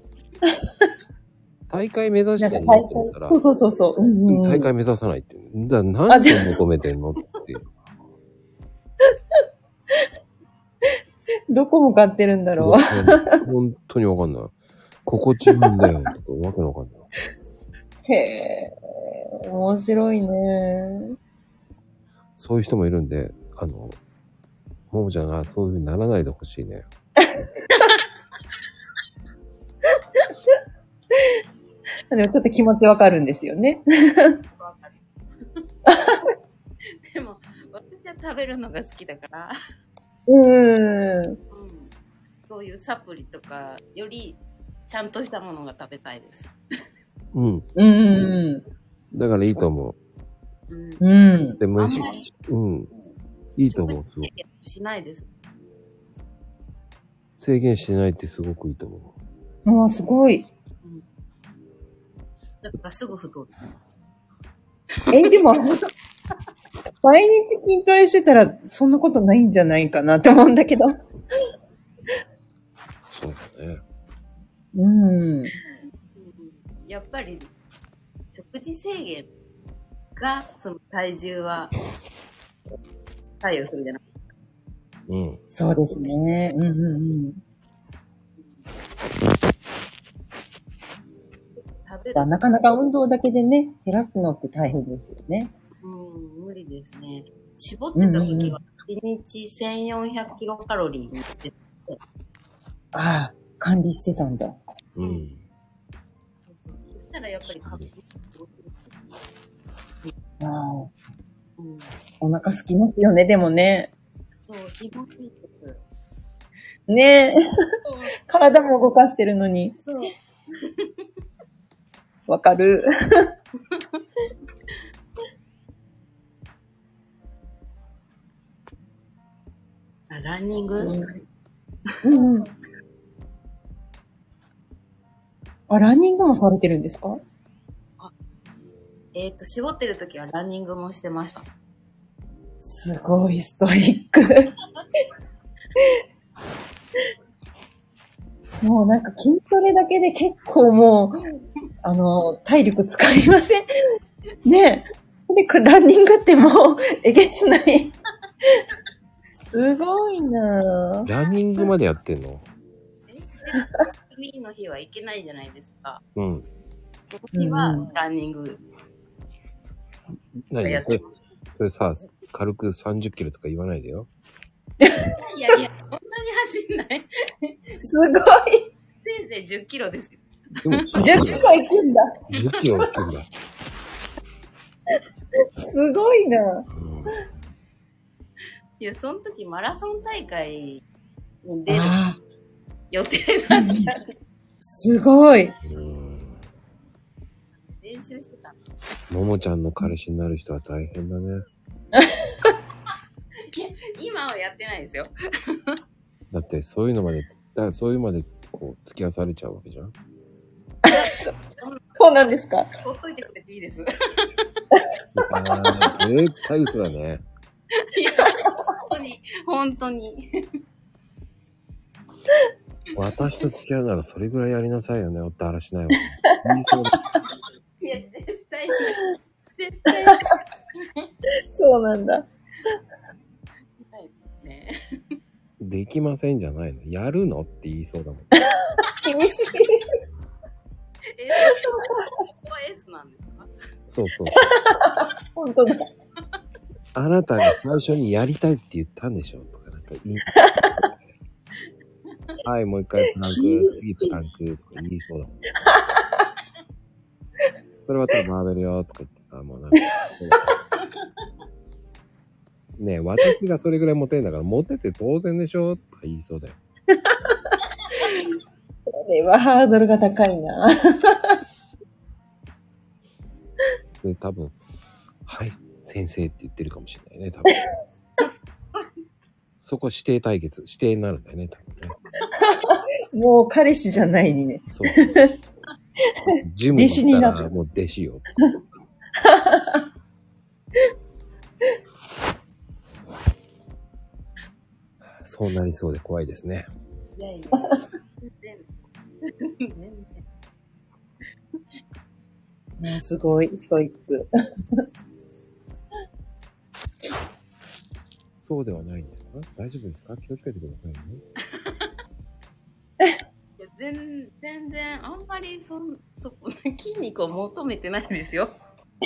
S1: 大会目指してんのって思ったら、
S4: そうそうそうそう、うんうん。
S1: 大会目指さないっていう。だから何を求めてんのっていう。
S4: どこ向かってるんだろう。
S1: 本当にわかんない。心地いいんだよとかわけわかんない。
S4: へえ、面白いね。
S1: そういう人もいるんで、あの、ももちゃんがそういう風にならないでほしいね。
S4: でもちょっと気持ちわかるんですよね。
S2: でも、私は食べるのが好きだから。
S4: うーん。うん。
S2: そういうサプリとかより、ちゃんとしたものが食べたいです。
S1: うん。
S4: うんうん。
S1: だからいいと思う。
S4: うん。
S1: でも、うん。いいと思う。すごく。
S2: しないです。
S1: 制限しないってすごくいいと思
S4: う。もうすごい。
S2: うん、だからすぐ太る。
S4: え、でも、毎日筋トレしてたらそんなことないんじゃないかなって思うんだけど。
S1: そうだね。
S4: うん。
S2: やっぱり、食事制限が、その体重は、左右するじゃないですか。
S1: うん。
S4: そうですね。うんうんうん。食べるなかなか運動だけでね、減らすのって大変ですよね。
S2: うん、無理ですね。絞ってた時はいちにちせんよんひゃくキロカロリーにしてて。
S4: ああ、管理してたんだ。
S1: うん。
S2: そうそう。そしたらやっぱり確実に動くんですよ。
S4: ああ、
S2: うん。
S4: お腹空きますよね、でもね。
S2: そう、気持ちいいです。
S4: ねえ。体も動かしてるのに。
S2: そう。
S4: わかる。
S2: あ、ランニング、
S4: うんうん。あ、ランニングもされてるんですか？
S2: あ、えっと、絞ってる時はランニングもしてました。
S4: すごいストイック。もうなんか筋トレだけで結構もう、あの、体力使いません？ねえ。で、ランニングってもう、えげつない。すごいなぁ。
S1: ランニングまでやってんの？
S2: え、でも、休みの日は行けないじゃないですか。
S1: うん。
S2: その日はランニング。
S1: 何それ、それさ、軽くさんじゅっキロとか言わないでよ。
S2: いやいや、そんなに走んない。
S4: すごい。
S2: せいぜいじゅっキロですよ。
S1: でも
S4: じゅっキロ行くんだ。
S1: じゅっキロ行くんだ。
S4: すごいな。
S1: うん、
S2: いや、その時マラソン大会に出る予定だったんで。
S4: すごい。
S1: うん、
S2: 練習してたの。
S1: ももちゃんの彼氏になる人は大変だね。
S2: いや、今はやってないですよ。
S1: だってそういうのまで、だからそういうまでこう付き合わされちゃうわけじゃん。
S4: そうなんですか？
S2: ほっといてくれていいです。
S1: あ絶対嘘だね。
S2: いや、本当に、本当に。
S1: 私と付き合うならそれぐらいやりなさいよね。おったらしないわ。言いそうだ。
S2: いや、絶対に。絶対に。
S4: そうなんだ。
S2: はいね。
S1: できませんじゃないの。やるのって言いそうだもん。
S4: 厳しい。
S2: え、そこは S なんですか？
S1: そうそう。
S4: 本当だ。
S1: あなたが最初にやりたいって言ったんでしょとか、なんか言い、はい、もう一回プランク、次プランクとか言いそうだもん。それは多分回れるよとか言ってさ、もうなんか。ねえ、私がそれぐらいモテんだから、モテて当然でしょとか言いそうだよ。
S4: これはハードルが高いな。
S1: で、多分、はい、先生って言ってるかもしれないね、多分。そこ指定対決、指定になるんだよね、多分ね。
S4: もう彼氏じゃないにね。
S1: そう。ジムに行ったらもう弟子よ。そうなりそうで怖いですね。
S2: いやいや。全然。
S4: ね、すごい、ストイック。
S1: そうではないんですか？大丈夫ですか？気をつけてくださいね。
S2: いや全全然あんまりそそこ筋肉を求めてないですよ。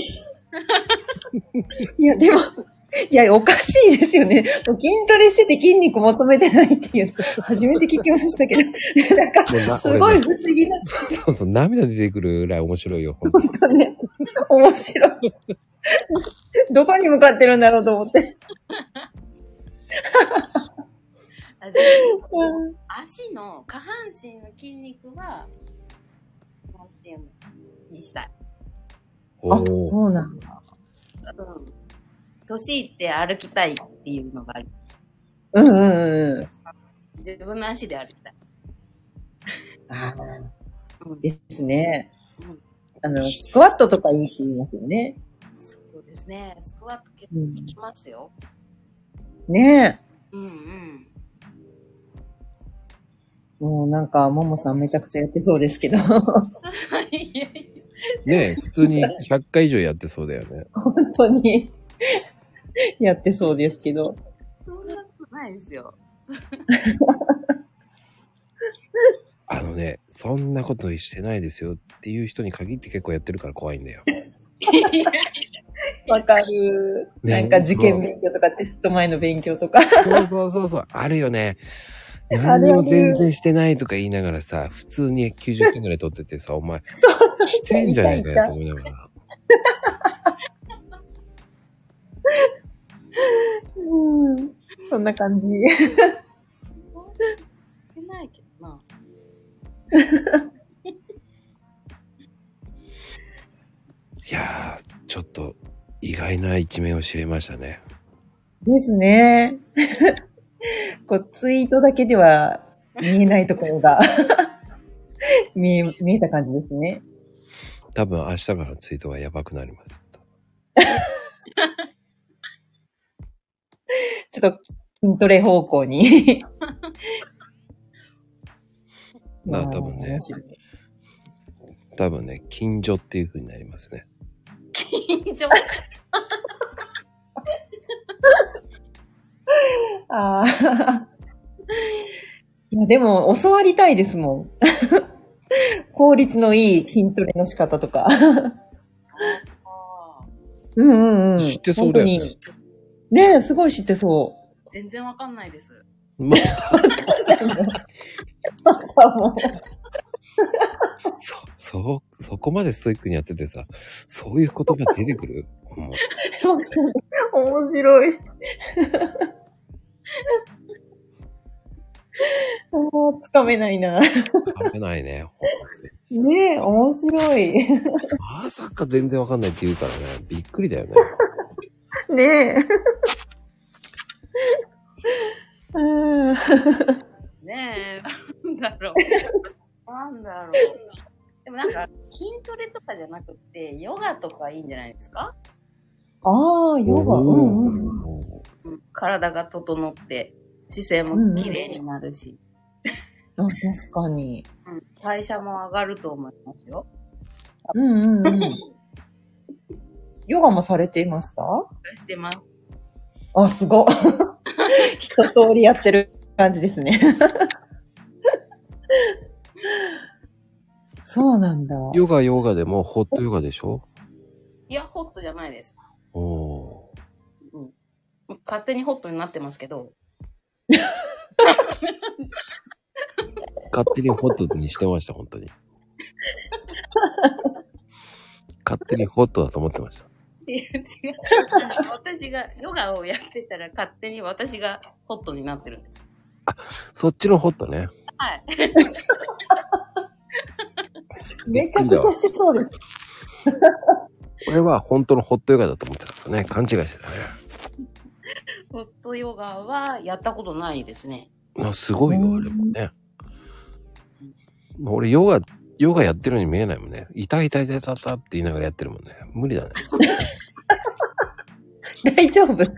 S4: いやでもいやおかしいですよね。もう筋トレしてて筋肉求めてないっていうの初めて聞きましたけど、なんかすごい不思議な。
S1: そうそうそう、涙出てくるぐらい面白いよ。
S4: 本当ね、面白い。どこに向かってるんだろうと思って。
S2: 足の下半身の筋肉はなんていうのにしたい。
S4: あ、そうなんだ。
S2: うん。年いって歩きたいっていうのがあります。
S4: うんうんうん。
S2: 自分の足で歩きたい。
S4: ああ、
S2: うん、
S4: ですね。
S2: うん。
S4: あのスクワットとかいいって言いますよね。
S2: そうですね。スクワット結構効きますよ。
S4: うん、ねえ。
S2: うんうん。
S4: もうなんか、ももさんめちゃくちゃやってそうですけど。ね
S1: え、普通にひゃっかい以上やってそうだよね。
S4: 本当にやってそうですけど。
S2: そんなことないですよ。
S1: あのね、そんなことしてないですよっていう人に限って結構やってるから怖いんだよ。
S4: わかる、ね。なんか受験勉強とかテスト前の勉強とか。
S1: そうそうそうそう、あるよね。何にも全然してないとか言いながらさ、普通にきゅうじゅってんぐらい取っててさ、お前、
S4: そうそうそう
S1: してんじゃないかよと思いながら。
S4: うん、そんな感じ。
S2: してないけどな。
S1: いやー、ちょっと意外な一面を知れましたね。
S4: ですね。こうツイートだけでは見えないところが見え、見えた感じですね。
S1: 多分明日からのツイートがやばくなります。
S4: ちょっと筋トレ方向に。
S1: まあ多分ね、多分ね、近所っていう風になりますね。
S2: 近所
S4: ああ。いや、でも、教わりたいですもん。効率のいい筋トレの仕方とか。うんうんうん。
S1: 知ってそうだよね。
S4: ねえ、すごい知ってそう。
S2: 全然わかんないです。
S1: また。そ、そ、そこまでストイックにやっててさ、そういう言葉出てくる？
S4: 面白い。もうつかめないな。
S1: つかめないね。
S4: ねえ、面白い。
S1: まさか全然わかんないって言うからね、びっくりだよね。
S4: ねえ。うん、
S2: ねえ、なんだろう。なんだろう。でもなんか、筋トレとかじゃなくて、ヨガとかいいんじゃないですか？
S4: ああ、ヨガ。うんうん
S2: うん。体が整って、姿勢も綺麗になるし。
S4: うんうん、あ、確かに、
S2: うん。代謝も上がると思いますよ。
S4: うんうんうん。ヨガもされていました？
S2: してます。
S4: あ、すごっ。一通りやってる感じですね。そうなんだ。
S1: ヨガヨガでもホットヨガでしょ？
S2: ホットじゃないです。
S1: おー。
S2: うん。勝手にホットになってますけど。
S1: 勝手にホットにしてました、本当に。勝手にホットだと思ってました。
S2: いや、違う。私が、ヨガをやってたら勝手に私がホットになってるんです。
S1: あ、そっちのホットね。
S2: はい。
S4: めちゃくちゃしてそうです。
S1: これは本当のホットヨガだと思ってたからね。勘違いしてたね。
S2: ホットヨガはやったことないですね。
S1: あ、すごいよ、あれもね。俺、ヨガ、ヨガやってるように見えないもんね。痛い痛い痛い痛い痛いって言いながらやってるもんね。無理だね。
S4: 大丈夫。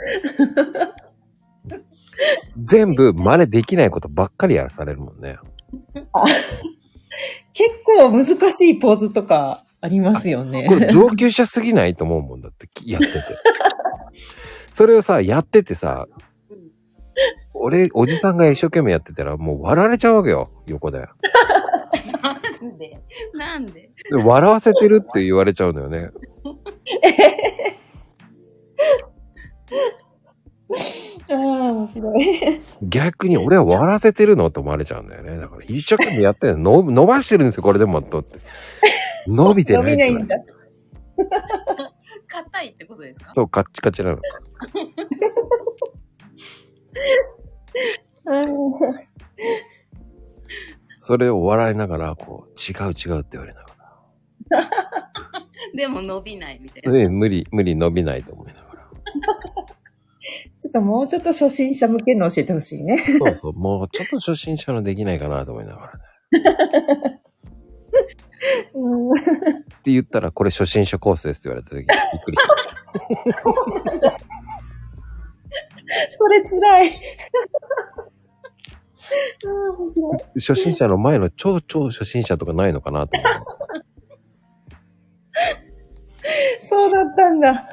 S1: 全部真似できないことばっかりやらされるもんね。
S4: あ、結構難しいポーズとかありますよね。
S1: これ上級者すぎないと思うもんだって、やってて。それをさ、やっててさ、俺、おじさんが一生懸命やってたらもう笑われちゃうわけよ、横で。
S2: なんでなんで
S1: で笑わせてるって言われちゃうのよね。
S4: ああ、面白い。
S1: 逆に俺は笑わせてるのって思われちゃうんだよね。だから一生懸命やってるの。伸ばしてるんですよ、これでもとって。伸びてない。
S4: 伸びないんだ。
S2: 硬いってことですか？
S1: そう、カッチカチなの。それを笑いながら、こう、違う違うって言われながら。
S2: でも伸びないみたいな。
S1: ね、無理、無理伸びないと思いながら。
S4: ちょっともうちょっと初心者向けの教えてほしいね。
S1: そうそう、もうちょっと初心者のできないかなと思いながらね。うん、って言ったら、これ初心者コースですって言われた時にびっくりした。
S4: それ辛い。
S1: 初心者の前の超超初心者とかないのかなと思う。
S4: そうだったんだ。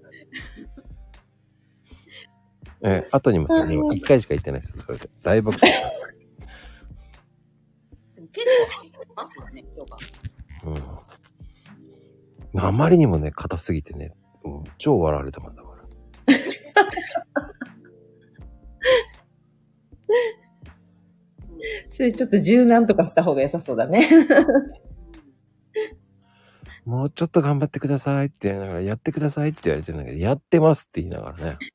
S1: え、後にもさ、一回しか言ってないです。それで大爆笑。
S2: 結構いますよね、ヨガ。
S1: うん。あまりにもね、硬すぎてね、うん、超笑われたもんだから。
S4: それちょっと柔軟とかした方が良さそうだね。
S1: もうちょっと頑張ってくださいって言いながら、やってくださいって言われてるんだけど、やってますって言いながらね。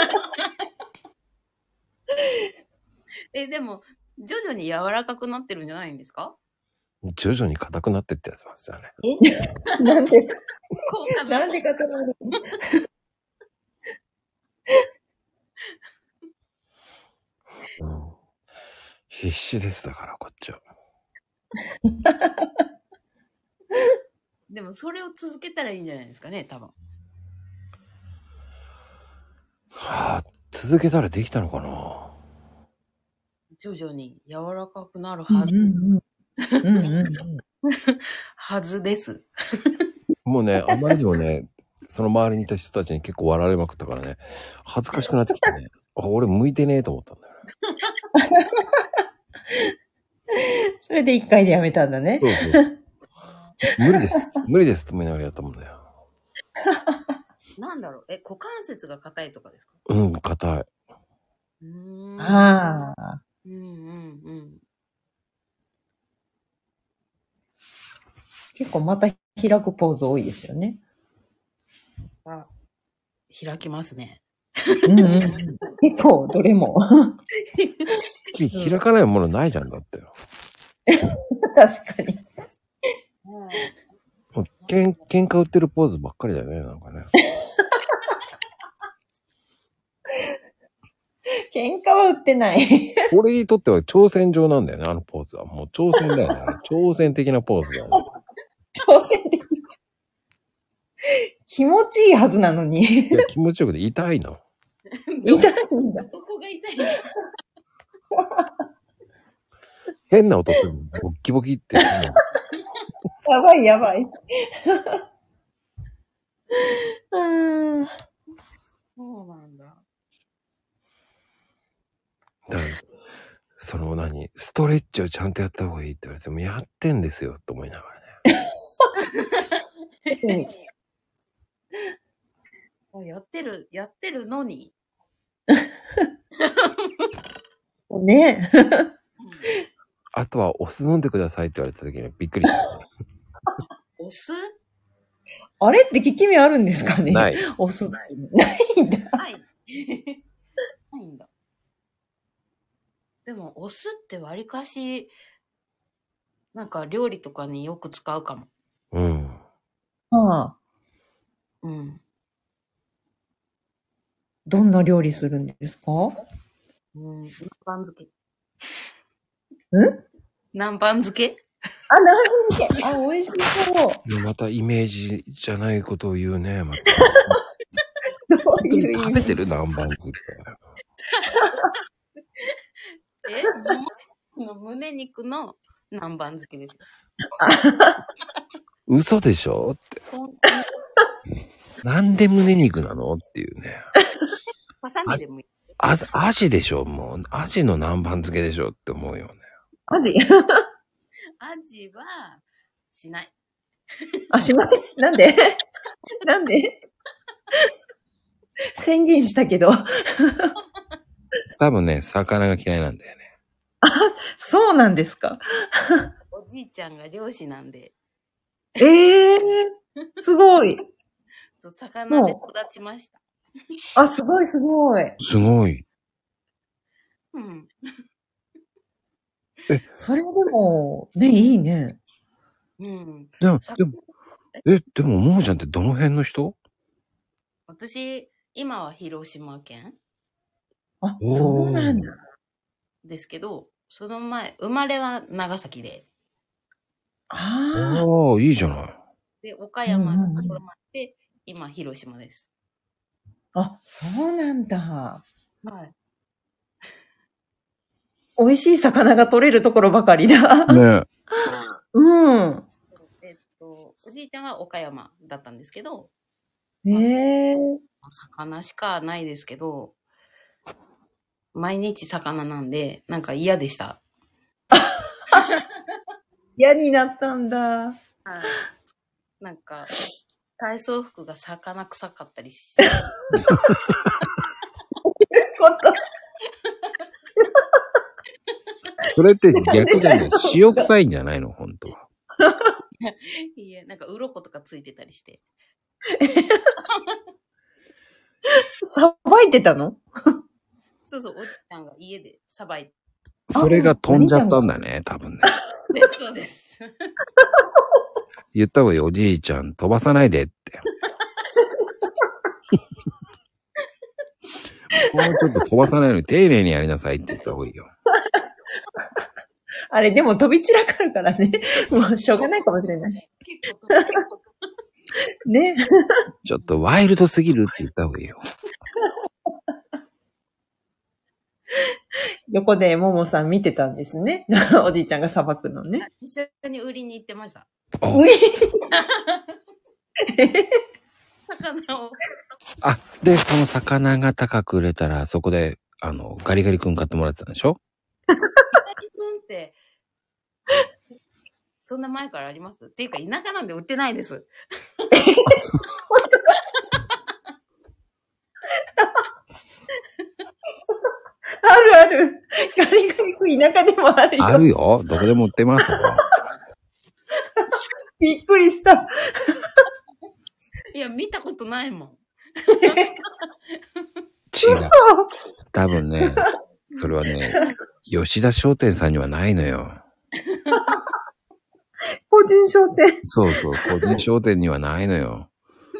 S2: え、でも、徐々に柔らかくなってるんじゃないんですか？
S1: 徐々に硬くなってってやつなんですよね。
S4: えなんでなんで硬くなる
S1: の、うん、必死ですだから、こっちは。
S2: でも、それを続けたらいいんじゃないですかね、多分。
S1: はあ、続けたらできたのかな。
S2: 徐々に柔らかくなるはず。はずです。
S1: もうね、あまりにもね、その周りにいた人たちに結構笑われまくったからね、恥ずかしくなってきてね、あ、俺向いてねえと思ったんだよ。
S4: それで一回でやめたんだね。
S1: そうそう。無理です。無理ですって思いながらやったもんだよ。
S2: なんだろう、え、股関節が硬いとかですか？
S1: うん、硬い。
S2: うーん。
S4: ああ。
S2: うんうんうん。
S4: 結構また開くポーズ多いですよね。
S2: あ、開きますね。
S4: うんうん、結構どれも。
S1: 開かないものないじゃんだって。
S4: 確かに。
S1: もうけん喧嘩売ってるポーズばっかりだよね、なんかね。
S4: 喧嘩は売ってない。
S1: 俺にとっては挑戦状なんだよね、あのポーズは。もう挑戦だよね。挑戦的なポーズだよね。
S4: 挑戦的。気持ちいいはずなのに。
S1: いや、気持ちよくて痛いの。
S4: 痛いんだ。
S2: そこが痛いんだ。
S1: 変な音するの。ボッキボキって。
S4: やばいやばい。うん。
S2: そうなんだ。
S1: だから、その何、ストレッチをちゃんとやった方がいいって言われても、やってんですよ、と思いながらね。
S2: やってる、やってるのに。
S4: ねえ。
S1: あとは、お酢飲んでくださいって言われた時にびっくりした。
S2: お酢？
S4: あれって効き目あるんですかね？
S1: ない。
S4: お酢。ないんだ。
S2: ない。ないんだ。でも、お酢ってわりかし、なんか料理とかによく使うかも。
S1: うん。
S4: ああ。
S2: うん。
S4: どんな料理するんですか？
S2: うん。南蛮漬け。
S4: ん？
S2: 南蛮漬け？
S4: あ、南蛮漬け。あ、美味しそう。
S1: またイメージじゃないことを言うね、また。
S4: 本当に
S1: 食べてる南蛮漬け。
S2: えの胸肉の南蛮漬けですよ。
S1: 嘘でしょって。なんで胸肉なのっていうね。
S2: ハサミでもいい。
S1: あ、アジでしょもう、アジの南蛮漬けでしょって思うよね。
S4: アジ
S2: アジは、しない。
S4: あ、しない？なんでなんで宣言したけど。
S1: 多分ね、魚が嫌いなんだよね。
S4: あ、そうなんですか。
S2: おじいちゃんが漁師なんで。
S4: ええー、すごい。
S2: そう、魚で育ちました。
S4: あ、すごいすごい。
S1: すごい。
S2: うん。
S4: え、それでも、ね、いいね。
S2: うん。
S1: でも、でも、え、でも、ももちゃんってどの辺の人？
S2: 私、今は広島県。
S4: あ、そうなんだ。
S2: ですけど、その前、生まれは長崎で。
S4: あ
S1: あ、いいじゃない。
S2: で、岡山で育って、今、広島です。
S4: あ、そうなんだ。
S2: はい。
S4: 美味しい魚が取れるところばかりだ。
S1: ね。
S4: うん。
S2: えっと、おじいちゃんは岡山だったんですけど、
S4: へえー。
S2: 魚しかないですけど、毎日魚なんで、なんか嫌でした。
S4: 嫌になったんだ。はい。
S2: なんか、体操服が魚臭かったりして。
S4: こと
S1: それって逆じゃない？塩臭いんじゃないの本当は。
S2: いや、なんか鱗とかついてたりして。
S4: さばいてたの？
S2: そうそう、おじちゃんが家でさばいて。
S1: それが飛んじゃったんだね、多分ね。
S2: でそうです。
S1: 言った方がいい、おじいちゃん飛ばさないでって。もうちょっと飛ばさないのに丁寧にやりなさいって言った方がいいよ。
S4: あれ、でも飛び散らかるからね。もうしょうがないかもしれない。結構飛ぶ。ね。
S1: ちょっとワイルドすぎるって言った方がいいよ。
S4: 横でももさん見てたんですね。おじいちゃんがさばくのね。
S2: 一緒に売りに行ってました。
S4: 売り
S2: 魚を。
S1: あ、で、この魚が高く売れたら、そこで、あの、ガリガリ君買ってもらってたんでしょ？
S2: ガリガリ君って、そんな前からあります？っていうか、田舎なんで売ってないです。
S4: あるある。ガリガリ君田舎でもあるよ。
S1: あるよ。どこでも売ってますよ。
S4: びっくりした。
S2: いや、見たことないもん。
S1: 違う。多分ね、それはね、吉田商店さんにはないのよ。
S4: 個人商店。
S1: そうそう、個人商店にはないのよ。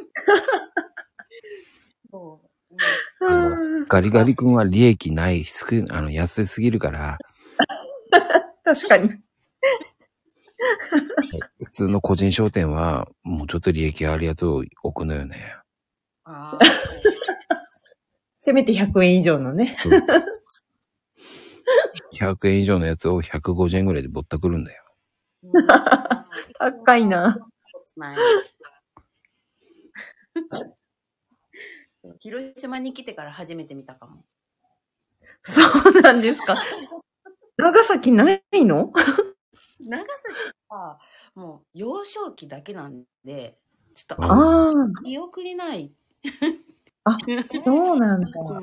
S1: あの、ガリガリ君は利益ない、すく、あの、安すぎるから。
S4: 確かに。
S1: 普通の個人商店は、もうちょっと利益あるやつを置くのよね。
S2: あ
S4: せめてひゃくえん以上のね。
S1: そうそう。ひゃくえん以上のやつをひゃくごじゅうえんぐらいでぼったくるんだよ。
S4: 高いな。
S2: 広島に来てから初めて見たかも。
S4: そうなんですか。長崎ないの？
S2: 長崎はもう幼少期だけなんで、 ちょっと、
S4: ああ。
S2: 記憶にない。
S4: あ、そうなんだ。
S2: うん。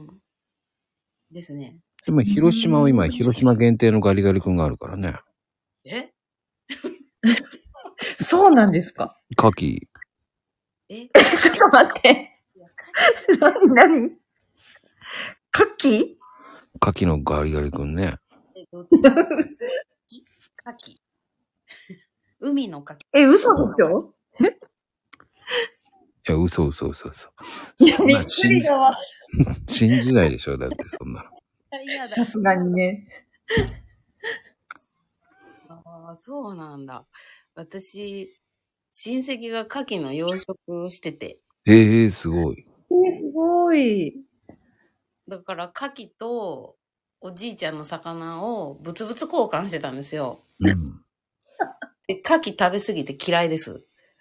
S2: ですね。
S1: でも、広島は今、広島限定のガリガリ君があるからね。
S2: え
S4: そうなんですか？
S1: 牡蠣。
S2: え
S4: ちょっと待って。
S2: いや、
S4: なになに牡蠣
S1: 牡蠣のガリガリ君ね。
S2: え、どっちだ？牡蠣。海の牡蠣。
S4: え、嘘でしょ？
S1: いや、嘘嘘嘘嘘。
S4: いや、びっくりだわ。
S1: 信じないでしょ、だってそんなの。
S4: さすがにね。
S2: ああ、そうなんだ。私、親戚が牡蠣の養殖してて。
S1: ええー、すごい。
S4: えー、すごい。
S2: だから牡蠣とおじいちゃんの魚をブツブツ交換してたんですよ。
S1: うん。
S2: で、牡蠣食べ過ぎて嫌いです。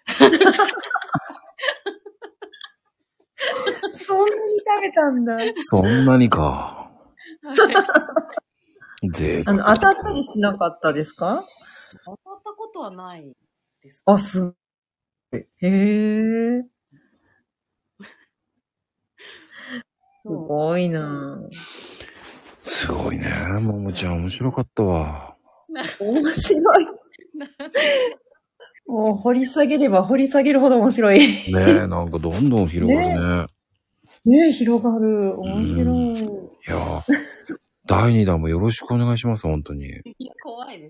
S4: そんなに食べたんだ。
S1: そんなにか。贅沢。
S4: あの、当たったりしなかったですか？
S2: 当たったことはないです。
S4: あ、すごい。へえ。すごいなぁ。
S1: すごいね。ももちゃん面白かったわ。
S4: 面白い。もう掘り下げれば掘り下げるほど面白い。
S1: ねえ、なんかどんどん広がるね。
S4: ねえ、広がる。面白い。うん、い
S1: やだいにだんもよろしくお願いします、本当に。
S2: 怖いです。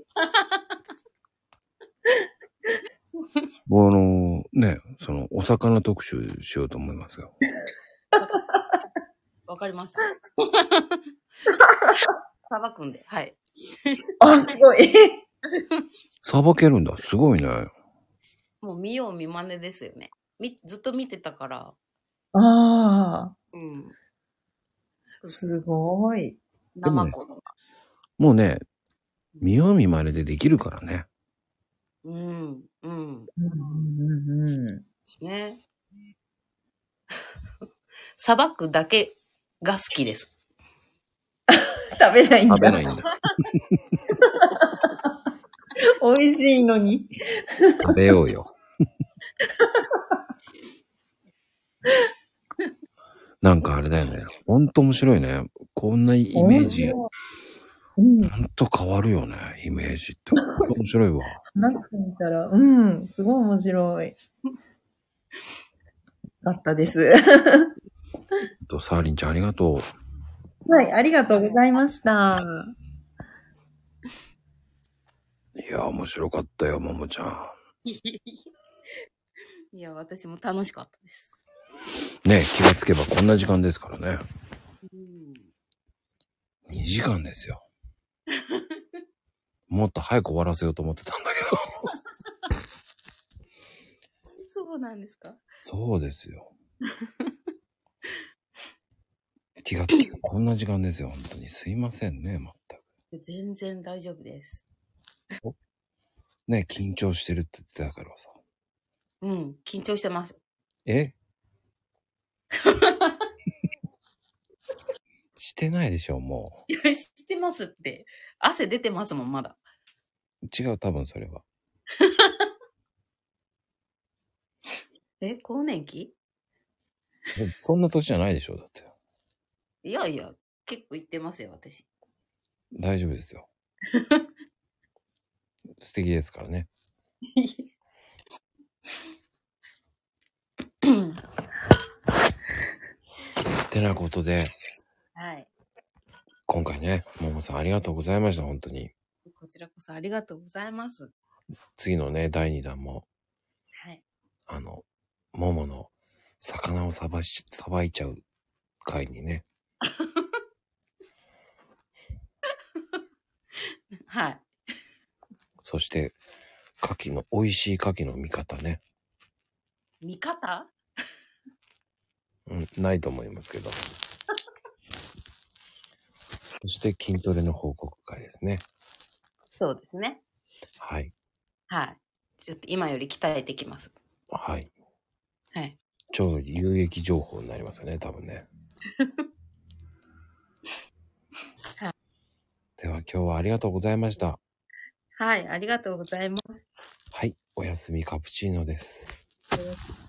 S1: あの、ね、その、お魚特集しようと思いますよ。
S2: わかりました。さばくんで、はい。
S4: あ、すごい。
S1: さばけるんだ。すごいね。
S2: もう見よう見まねですよね。み、ずっと見てたから。
S4: ああ。
S2: うん。
S4: すごい。
S2: 生子、ね。
S1: もうね、見よう見まねでできるからね。
S2: うん。うん。うん
S4: うんうん。
S2: ね。さばくだけが好きです。
S4: 食べないんだ。
S1: 食べないんだ。
S4: 美味しいのに。
S1: 食べようよ。なんかあれだよね。ほんと面白いね。こんなイメージ。ほんと変わるよね。イメージって。ほんと面白いわ。
S4: なってみたら、うん、すごい面白い。だったです。
S1: と、サーリンちゃんありがと
S4: う。はい、ありがとうございました。
S1: いや、面白かったよ、ももちゃん。
S2: いや、私も楽しかったです。
S1: ね、気がつけばこんな時間ですからね。うん、にじかんですよ。もっと早く終わらせようと思ってたんだけど。
S2: そうなんですか？
S1: そうですよ。気がつけばこんな時間ですよ、本当に。すいませんね、全
S2: く。全然大丈夫です。
S1: ね、緊張してるって言ってたからさ。
S2: うん、緊張してます。
S1: えしてないでしょ、も
S2: う。いや、してますって。汗出てますもん、まだ。
S1: 違う、多分それは。
S2: え、更年期？
S1: そんな年じゃないでしょ、だって。
S2: いやいや、結構言ってますよ、私。
S1: 大丈夫ですよ。素敵ですからね。ってなことで、
S2: はい。
S1: 今回ね、ももさんありがとうございました、本当に。
S2: こちらこそありがとうございます。
S1: 次のね、だいにだんも、
S2: はい。
S1: あの、ももの魚をさばし、さばいちゃう回にね。
S2: はい。
S1: そして、牡蠣の、美味しい牡蠣の見方ね。
S2: 見方？
S1: うん、ないと思いますけど。そして筋トレの報告会ですね。
S2: そうですね。
S1: はい。
S2: はい。ちょっと今より鍛えてきます。
S1: はい。
S2: はい。
S1: ちょうど有益情報になりますよね、多分ね。
S2: はい。
S1: では今日はありがとうございました。
S2: はい、ありがとうございます。
S1: はい。 おやすみカプチーノです。